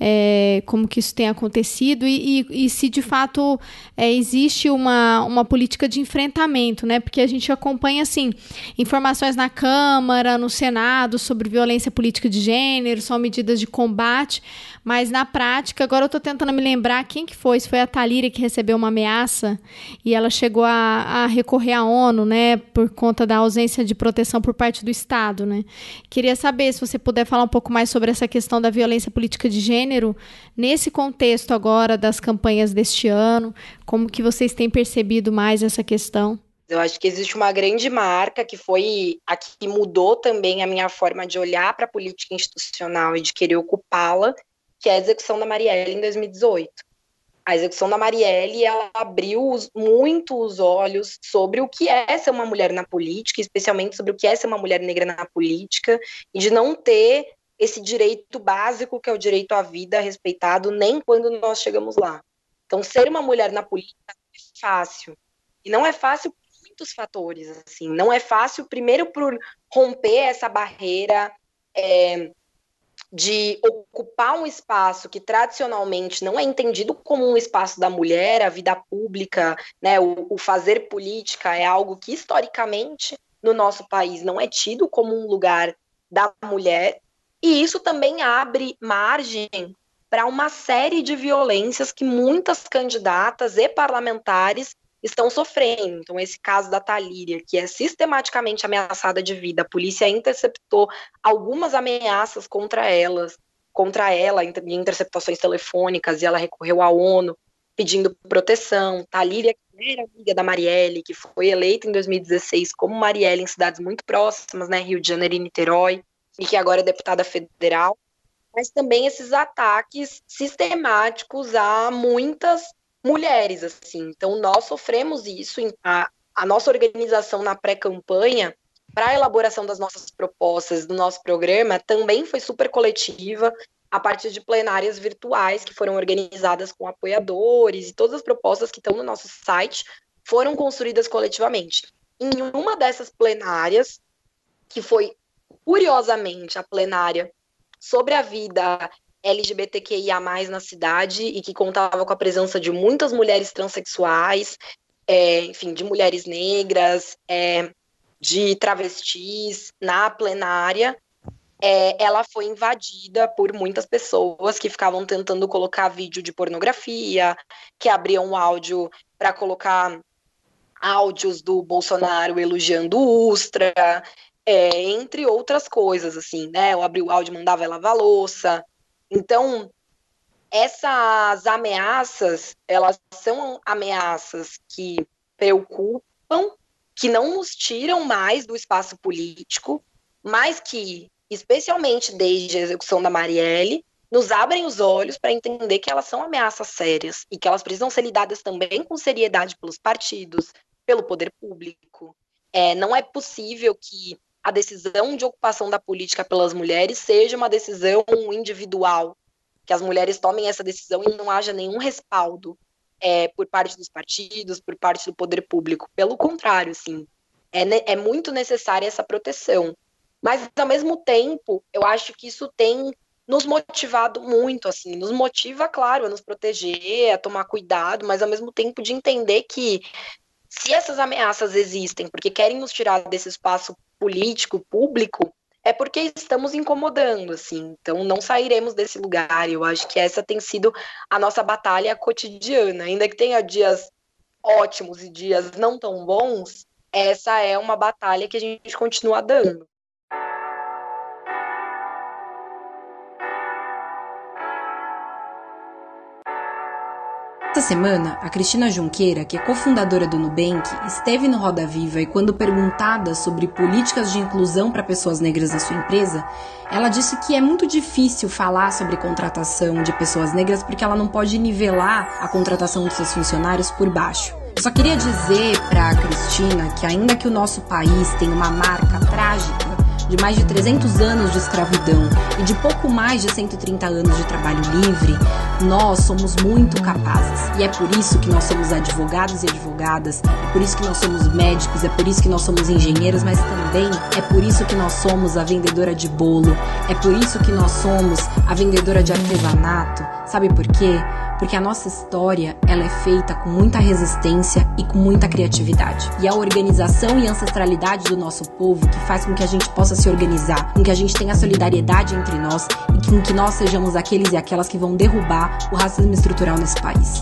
é, como que isso tem acontecido e, e, e se de fato é, existe uma, uma política de enfrentamento, né? Porque a gente acompanha assim informações na Câmara, no Senado sobre violência política de gênero, são medidas de combate, mas na prática, agora eu estou tentando me lembrar quem que foi, se foi a Thalíria que recebeu uma ameaça e ela chegou a, a recorrer à ONU, né, por conta da ausência de proteção por parte do Estado, né. Queria saber se você puder falar um pouco mais sobre essa questão da violência política de gênero, nesse contexto agora das campanhas deste ano, como que vocês têm percebido mais essa questão? Eu acho que existe uma grande marca que foi a que mudou também a minha forma de olhar para a política institucional e de querer ocupá-la, que é a execução da Marielle em dois mil e dezoito. A execução da Marielle, ela abriu os, muito os olhos sobre o que é ser uma mulher na política, especialmente sobre o que é ser uma mulher negra na política, e de não ter esse direito básico, que é o direito à vida, respeitado nem quando nós chegamos lá. Então, ser uma mulher na política é fácil. E não é fácil por muitos fatores. Assim. Não é fácil, primeiro, por romper essa barreira é, de ocupar um espaço que tradicionalmente não é entendido como um espaço da mulher, a vida pública, né, o, o fazer política é algo que historicamente no nosso país não é tido como um lugar da mulher, e isso também abre margem para uma série de violências que muitas candidatas e parlamentares estão sofrendo. Então, esse caso da Thalíria, que é sistematicamente ameaçada de vida, a polícia interceptou algumas ameaças contra elas, contra ela, em interceptações telefônicas, e ela recorreu à ONU pedindo proteção. Thalíria, que era amiga da Marielle, que foi eleita em dois mil e dezesseis como Marielle em cidades muito próximas, né, Rio de Janeiro e Niterói, e que agora é deputada federal, mas também esses ataques sistemáticos a muitas mulheres, assim. Então, nós sofremos isso, a, a nossa organização na pré-campanha, para a elaboração das nossas propostas, do nosso programa, também foi super coletiva, a partir de plenárias virtuais que foram organizadas com apoiadores, e todas as propostas que estão no nosso site foram construídas coletivamente. Em uma dessas plenárias, que foi, curiosamente, a plenária sobre a vida L G B T Q I A mais, na cidade, e que contava com a presença de muitas mulheres transexuais, é, enfim, de mulheres negras, é, de travestis, na plenária, é, ela foi invadida por muitas pessoas que ficavam tentando colocar vídeo de pornografia, que abriam áudio para colocar áudios do Bolsonaro elogiando o Ustra, é, entre outras coisas, assim, né? Eu abri o áudio e mandava ela lavar louça. Então, essas ameaças, elas são ameaças que preocupam, que não nos tiram mais do espaço político, mas que, especialmente desde a execução da Marielle, nos abrem os olhos para entender que elas são ameaças sérias e que elas precisam ser lidadas também com seriedade pelos partidos, pelo poder público. É, não é possível que a decisão de ocupação da política pelas mulheres seja uma decisão individual, que as mulheres tomem essa decisão e não haja nenhum respaldo é, por parte dos partidos, por parte do poder público. Pelo contrário, assim, é, é muito necessária essa proteção. Mas, ao mesmo tempo, eu acho que isso tem nos motivado muito, assim, nos motiva, claro, a nos proteger, a tomar cuidado, mas, ao mesmo tempo, de entender que se essas ameaças existem porque querem nos tirar desse espaço político, público, é porque estamos incomodando, assim, então não sairemos desse lugar. Eu acho que essa tem sido a nossa batalha cotidiana, ainda que tenha dias ótimos e dias não tão bons, essa é uma batalha que a gente continua dando. Essa semana, a Cristina Junqueira, que é cofundadora do Nubank, esteve no Roda Viva e, quando perguntada sobre políticas de inclusão para pessoas negras na sua empresa, ela disse que é muito difícil falar sobre contratação de pessoas negras porque ela não pode nivelar a contratação dos seus funcionários por baixo. Eu só queria dizer para a Cristina que, ainda que o nosso país tenha uma marca trágica de mais de trezentos anos de escravidão e de pouco mais de cento e trinta anos de trabalho livre, nós somos muito capazes. E é por isso que nós somos advogados e advogadas, é por isso que nós somos médicos, é por isso que nós somos engenheiros, mas também é por isso que nós somos a vendedora de bolo, é por isso que nós somos a vendedora de artesanato. Sabe por quê? Porque a nossa história, ela é feita com muita resistência e com muita criatividade. E a organização e a ancestralidade do nosso povo que faz com que a gente possa se organizar, com que a gente tenha solidariedade entre nós e com que nós sejamos aqueles e aquelas que vão derrubar o racismo estrutural nesse país.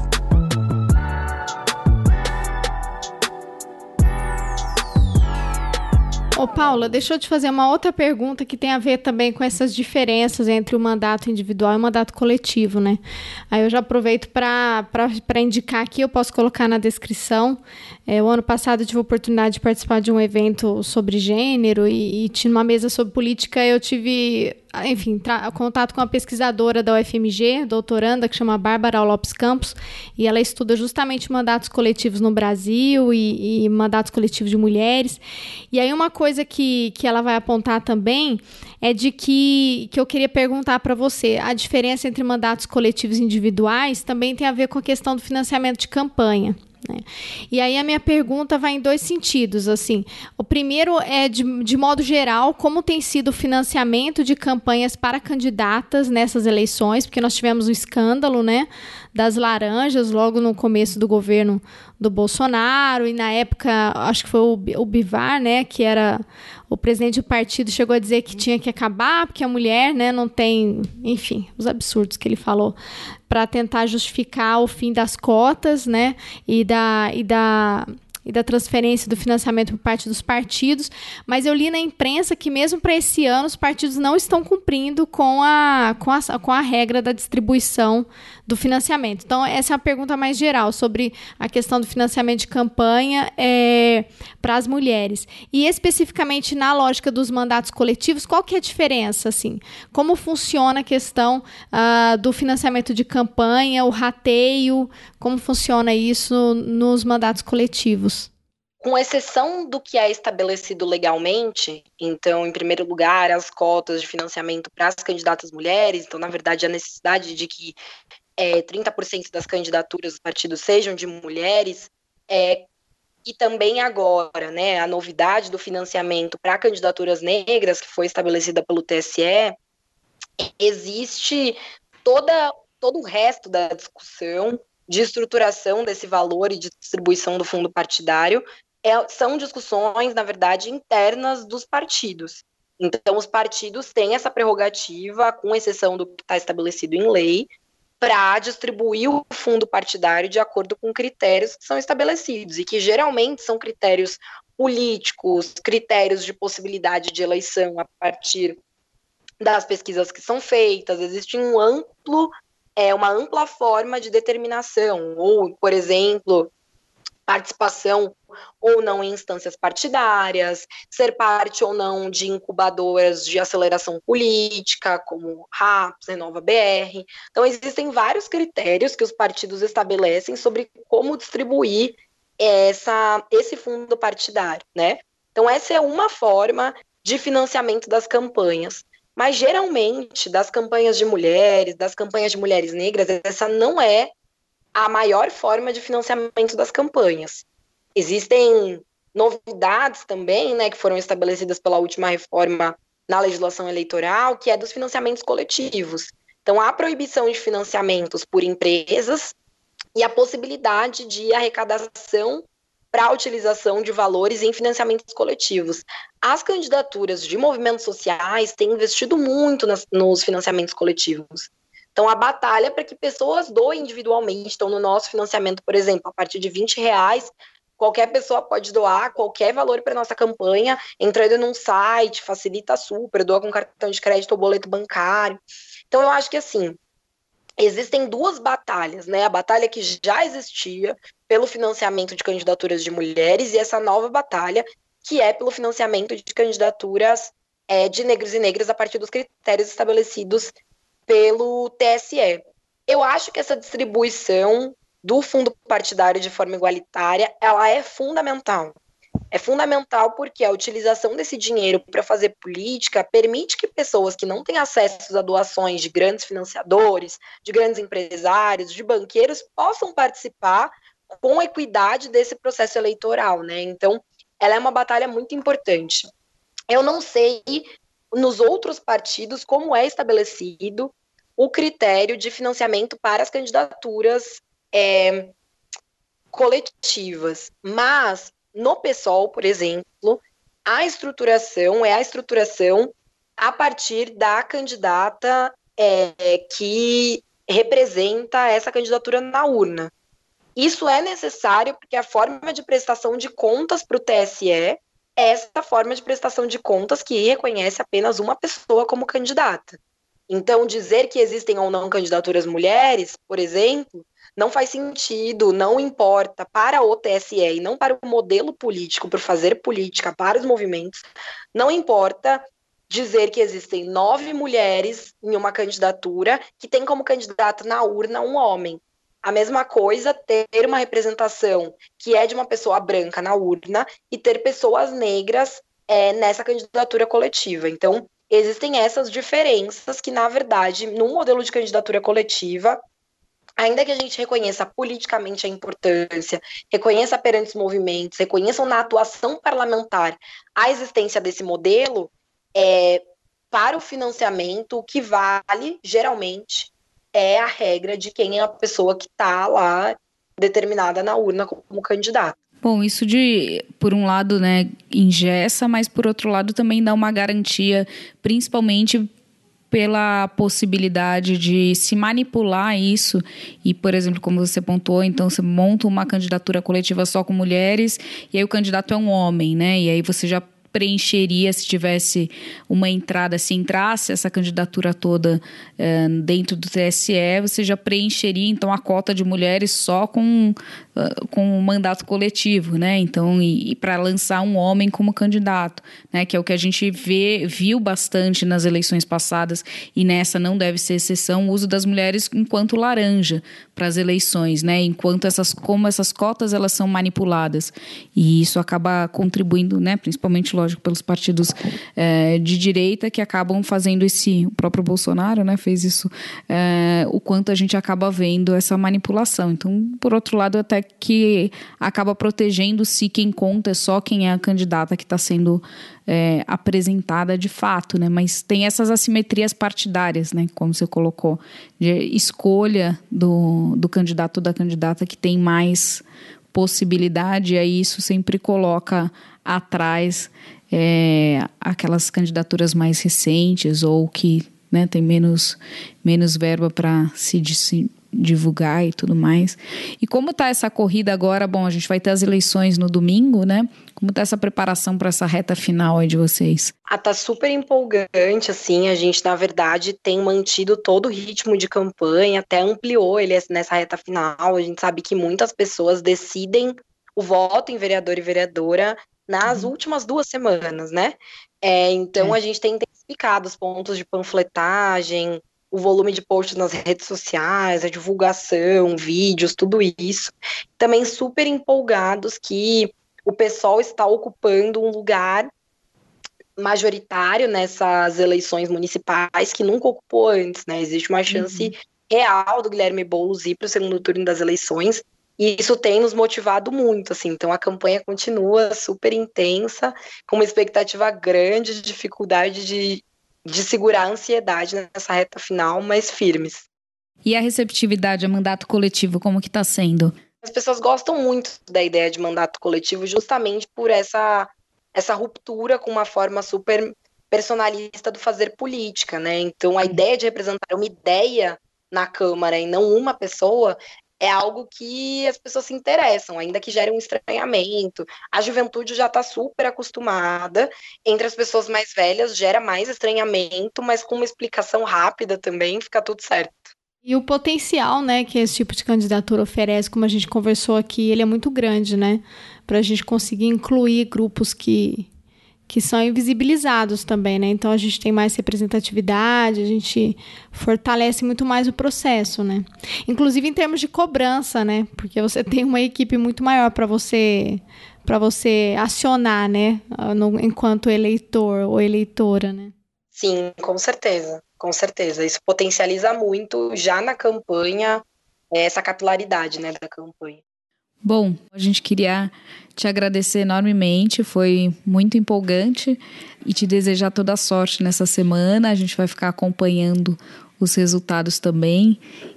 Ô Paula, deixa eu te fazer uma outra pergunta que tem a ver também com essas diferenças entre o mandato individual e o mandato coletivo, né? Aí eu já aproveito para indicar aqui, eu posso colocar na descrição. É, o ano passado eu tive a oportunidade de participar de um evento sobre gênero e, e tinha uma mesa sobre política. Eu tive, enfim, tra- contato com uma pesquisadora da U F M G, doutoranda, que chama Bárbara Lopes Campos, e ela estuda justamente mandatos coletivos no Brasil e, e mandatos coletivos de mulheres. E aí uma coisa que, que ela vai apontar também é de que, que eu queria perguntar para você, a diferença entre mandatos coletivos e individuais também tem a ver com a questão do financiamento de campanha, né? E aí a minha pergunta vai em dois sentidos, assim. O primeiro é, de, de modo geral, como tem sido o financiamento de campanhas para candidatas nessas eleições, porque nós tivemos um escândalo, né, das laranjas logo no começo do governo do Bolsonaro, e na época, acho que foi o, o Bivar, né, que era o presidente do partido, chegou a dizer que tinha que acabar, porque a mulher, né, não tem, enfim, os absurdos que ele falou, para tentar justificar o fim das cotas, né, e da, e da, e da transferência do financiamento por parte dos partidos, mas eu li na imprensa que mesmo para esse ano os partidos não estão cumprindo com a, com, a, com a regra da distribuição do financiamento. Então, essa é uma pergunta mais geral sobre a questão do financiamento de campanha é, para as mulheres. E especificamente na lógica dos mandatos coletivos, qual que é a diferença? Assim? Como funciona a questão uh, do financiamento de campanha, o rateio, como funciona isso nos mandatos coletivos? Com exceção do que é estabelecido legalmente, então, em primeiro lugar, as cotas de financiamento para as candidatas mulheres, então, na verdade, a necessidade de que é, trinta por cento das candidaturas dos partidos sejam de mulheres, é, e também agora, né, a novidade do financiamento para candidaturas negras, que foi estabelecida pelo T S E, existe toda, todo o resto da discussão de estruturação desse valor e de distribuição do fundo partidário, é, são discussões, na verdade, internas dos partidos. Então, os partidos têm essa prerrogativa, com exceção do que está estabelecido em lei, para distribuir o fundo partidário de acordo com critérios que são estabelecidos, e que geralmente são critérios políticos, critérios de possibilidade de eleição a partir das pesquisas que são feitas. Existe um amplo, é, uma ampla forma de determinação, ou, por exemplo, participação ou não em instâncias partidárias, ser parte ou não de incubadoras de aceleração política, como RAPS, Renova B R. Então, existem vários critérios que os partidos estabelecem sobre como distribuir essa, esse fundo partidário, né? Então, essa é uma forma de financiamento das campanhas. Mas, geralmente, das campanhas de mulheres, das campanhas de mulheres negras, essa não é a maior forma de financiamento das campanhas. Existem novidades também, né, que foram estabelecidas pela última reforma na legislação eleitoral, que é dos financiamentos coletivos. Então, há proibição de financiamentos por empresas e a possibilidade de arrecadação para a utilização de valores em financiamentos coletivos. As candidaturas de movimentos sociais têm investido muito nas, nos financiamentos coletivos. Então, a batalha para que pessoas doem individualmente. Então, no nosso financiamento, por exemplo, a partir de vinte reais, qualquer pessoa pode doar qualquer valor para a nossa campanha, entrando num site, facilita super, doa com cartão de crédito ou boleto bancário. Então, eu acho que, assim, existem duas batalhas, né? A batalha que já existia pelo financiamento de candidaturas de mulheres e essa nova batalha, que é pelo financiamento de candidaturas é, de negros e negras a partir dos critérios estabelecidos pelo T S E. Eu acho que essa distribuição do fundo partidário de forma igualitária, ela é fundamental. É fundamental porque a utilização desse dinheiro para fazer política permite que pessoas que não têm acesso a doações de grandes financiadores, de grandes empresários, de banqueiros, possam participar com equidade desse processo eleitoral, né? Então, ela é uma batalha muito importante. Eu não sei nos outros partidos como é estabelecido o critério de financiamento para as candidaturas é, coletivas, mas no PSOL, por exemplo, a estruturação é a estruturação a partir da candidata é, que representa essa candidatura na urna. Isso é necessário porque a forma de prestação de contas para o T S E é essa forma de prestação de contas que reconhece apenas uma pessoa como candidata. Então, dizer que existem ou não candidaturas mulheres, por exemplo, não faz sentido, não importa para o T S E e não para o modelo político, por fazer política para os movimentos, não importa dizer que existem nove mulheres em uma candidatura que tem como candidato na urna um homem. A mesma coisa ter uma representação que é de uma pessoa branca na urna e ter pessoas negras é, nessa candidatura coletiva. Então, existem essas diferenças que, na verdade, no modelo de candidatura coletiva, ainda que a gente reconheça politicamente a importância, reconheça perante os movimentos, reconheçam na atuação parlamentar a existência desse modelo, é, para o financiamento, o que vale, geralmente, é a regra de quem é a pessoa que está lá determinada na urna como candidato. Bom, isso de, por um lado, né, engessa, mas por outro lado também dá uma garantia, principalmente pela possibilidade de se manipular isso e, por exemplo, como você pontuou, então você monta uma candidatura coletiva só com mulheres e aí o candidato é um homem, né? E aí você já preencheria, se tivesse uma entrada, se entrasse essa candidatura toda uh, dentro do T S E, você já preencheria, então, a cota de mulheres só com, uh, com o mandato coletivo, né? Então, e, e para lançar um homem como candidato, né? Que é o que a gente vê, viu bastante nas eleições passadas, e nessa não deve ser exceção, o uso das mulheres enquanto laranja para as eleições, né? Enquanto essas, como essas cotas, elas são manipuladas. E isso acaba contribuindo, né? Principalmente, lógico, pelos partidos é, de direita que acabam fazendo esse, o próprio Bolsonaro, né, fez isso, é, o quanto a gente acaba vendo essa manipulação. Então, por outro lado, até que acaba protegendo-se quem conta é só quem é a candidata que está sendo é, apresentada de fato, né, mas tem essas assimetrias partidárias, né, como você colocou, de escolha do, do candidato ou da candidata que tem mais possibilidade, e aí isso sempre coloca atrás é, aquelas candidaturas mais recentes ou que, né, tem menos, menos verba para se, se divulgar e tudo mais. E como está essa corrida agora? Bom, a gente vai ter as eleições no domingo, né? Como está essa preparação para essa reta final aí de vocês? Ah, tá super empolgante, assim, a gente, na verdade, tem mantido todo o ritmo de campanha, até ampliou ele nessa reta final. A gente sabe que muitas pessoas decidem o voto em vereador e vereadora nas uhum. últimas duas semanas, né? É, então, é. a gente tem intensificado os pontos de panfletagem, o volume de posts nas redes sociais, a divulgação, vídeos, tudo isso. Também super empolgados que o pessoal está ocupando um lugar majoritário nessas eleições municipais que nunca ocupou antes, né? Existe uma chance uhum. real do Guilherme Boulos ir para o segundo turno das eleições, e isso tem nos motivado muito, assim. Então a campanha continua super intensa, com uma expectativa grande de dificuldade de, de segurar a ansiedade nessa reta final, mas firmes. E a receptividade a mandato coletivo, como que está sendo? As pessoas gostam muito da ideia de mandato coletivo justamente por essa, essa ruptura com uma forma super personalista do fazer política, né? Então a ideia de representar uma ideia na Câmara e não uma pessoa é algo que as pessoas se interessam, ainda que gere um estranhamento. A juventude já está super acostumada, entre as pessoas mais velhas gera mais estranhamento, mas com uma explicação rápida também fica tudo certo. E o potencial, né, que esse tipo de candidatura oferece, como a gente conversou aqui, ele é muito grande, né, para a gente conseguir incluir grupos que, que são invisibilizados também, né, então a gente tem mais representatividade, a gente fortalece muito mais o processo, né, inclusive em termos de cobrança, né, porque você tem uma equipe muito maior para você, para você acionar, né, no, enquanto eleitor ou eleitora, né. Sim, com certeza. Com certeza, isso potencializa muito já na campanha, essa capilaridade, né, da campanha. Bom, a gente queria te agradecer enormemente, foi muito empolgante e te desejar toda a sorte nessa semana. A gente vai ficar acompanhando os resultados também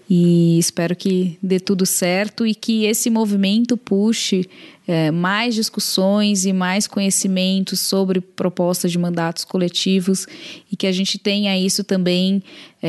e espero que dê tudo certo e que esse movimento puxe é, mais discussões e mais conhecimentos sobre propostas de mandatos coletivos e que a gente tenha isso também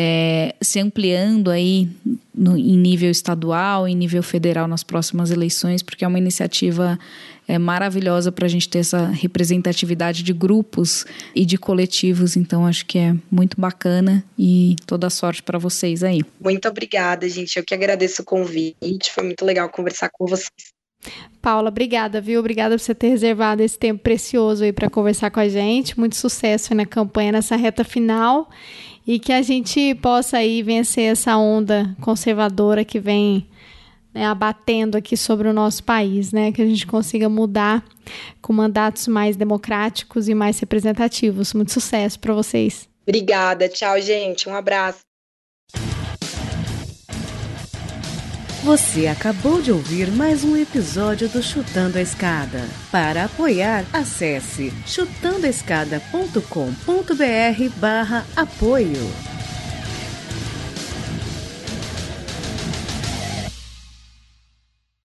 é, se ampliando aí no, em nível estadual, em nível federal nas próximas eleições, porque é uma iniciativa é, maravilhosa para a gente ter essa representatividade de grupos e de coletivos, então acho que é muito bacana e toda a sorte para vocês aí. Muito obrigada, gente, eu que agradeço o convite, foi muito legal conversar com vocês. Paula, obrigada, viu? Obrigada por você ter reservado esse tempo precioso aí para conversar com a gente. Muito sucesso na campanha, nessa reta final. E que a gente possa aí vencer essa onda conservadora que vem, né, abatendo aqui sobre o nosso país, né? Que a gente consiga mudar com mandatos mais democráticos e mais representativos. Muito sucesso para vocês. Obrigada. Tchau, gente. Um abraço. Você acabou de ouvir mais um episódio do Chutando a Escada. Para apoiar, acesse chutando a escada ponto com ponto br barra apoio.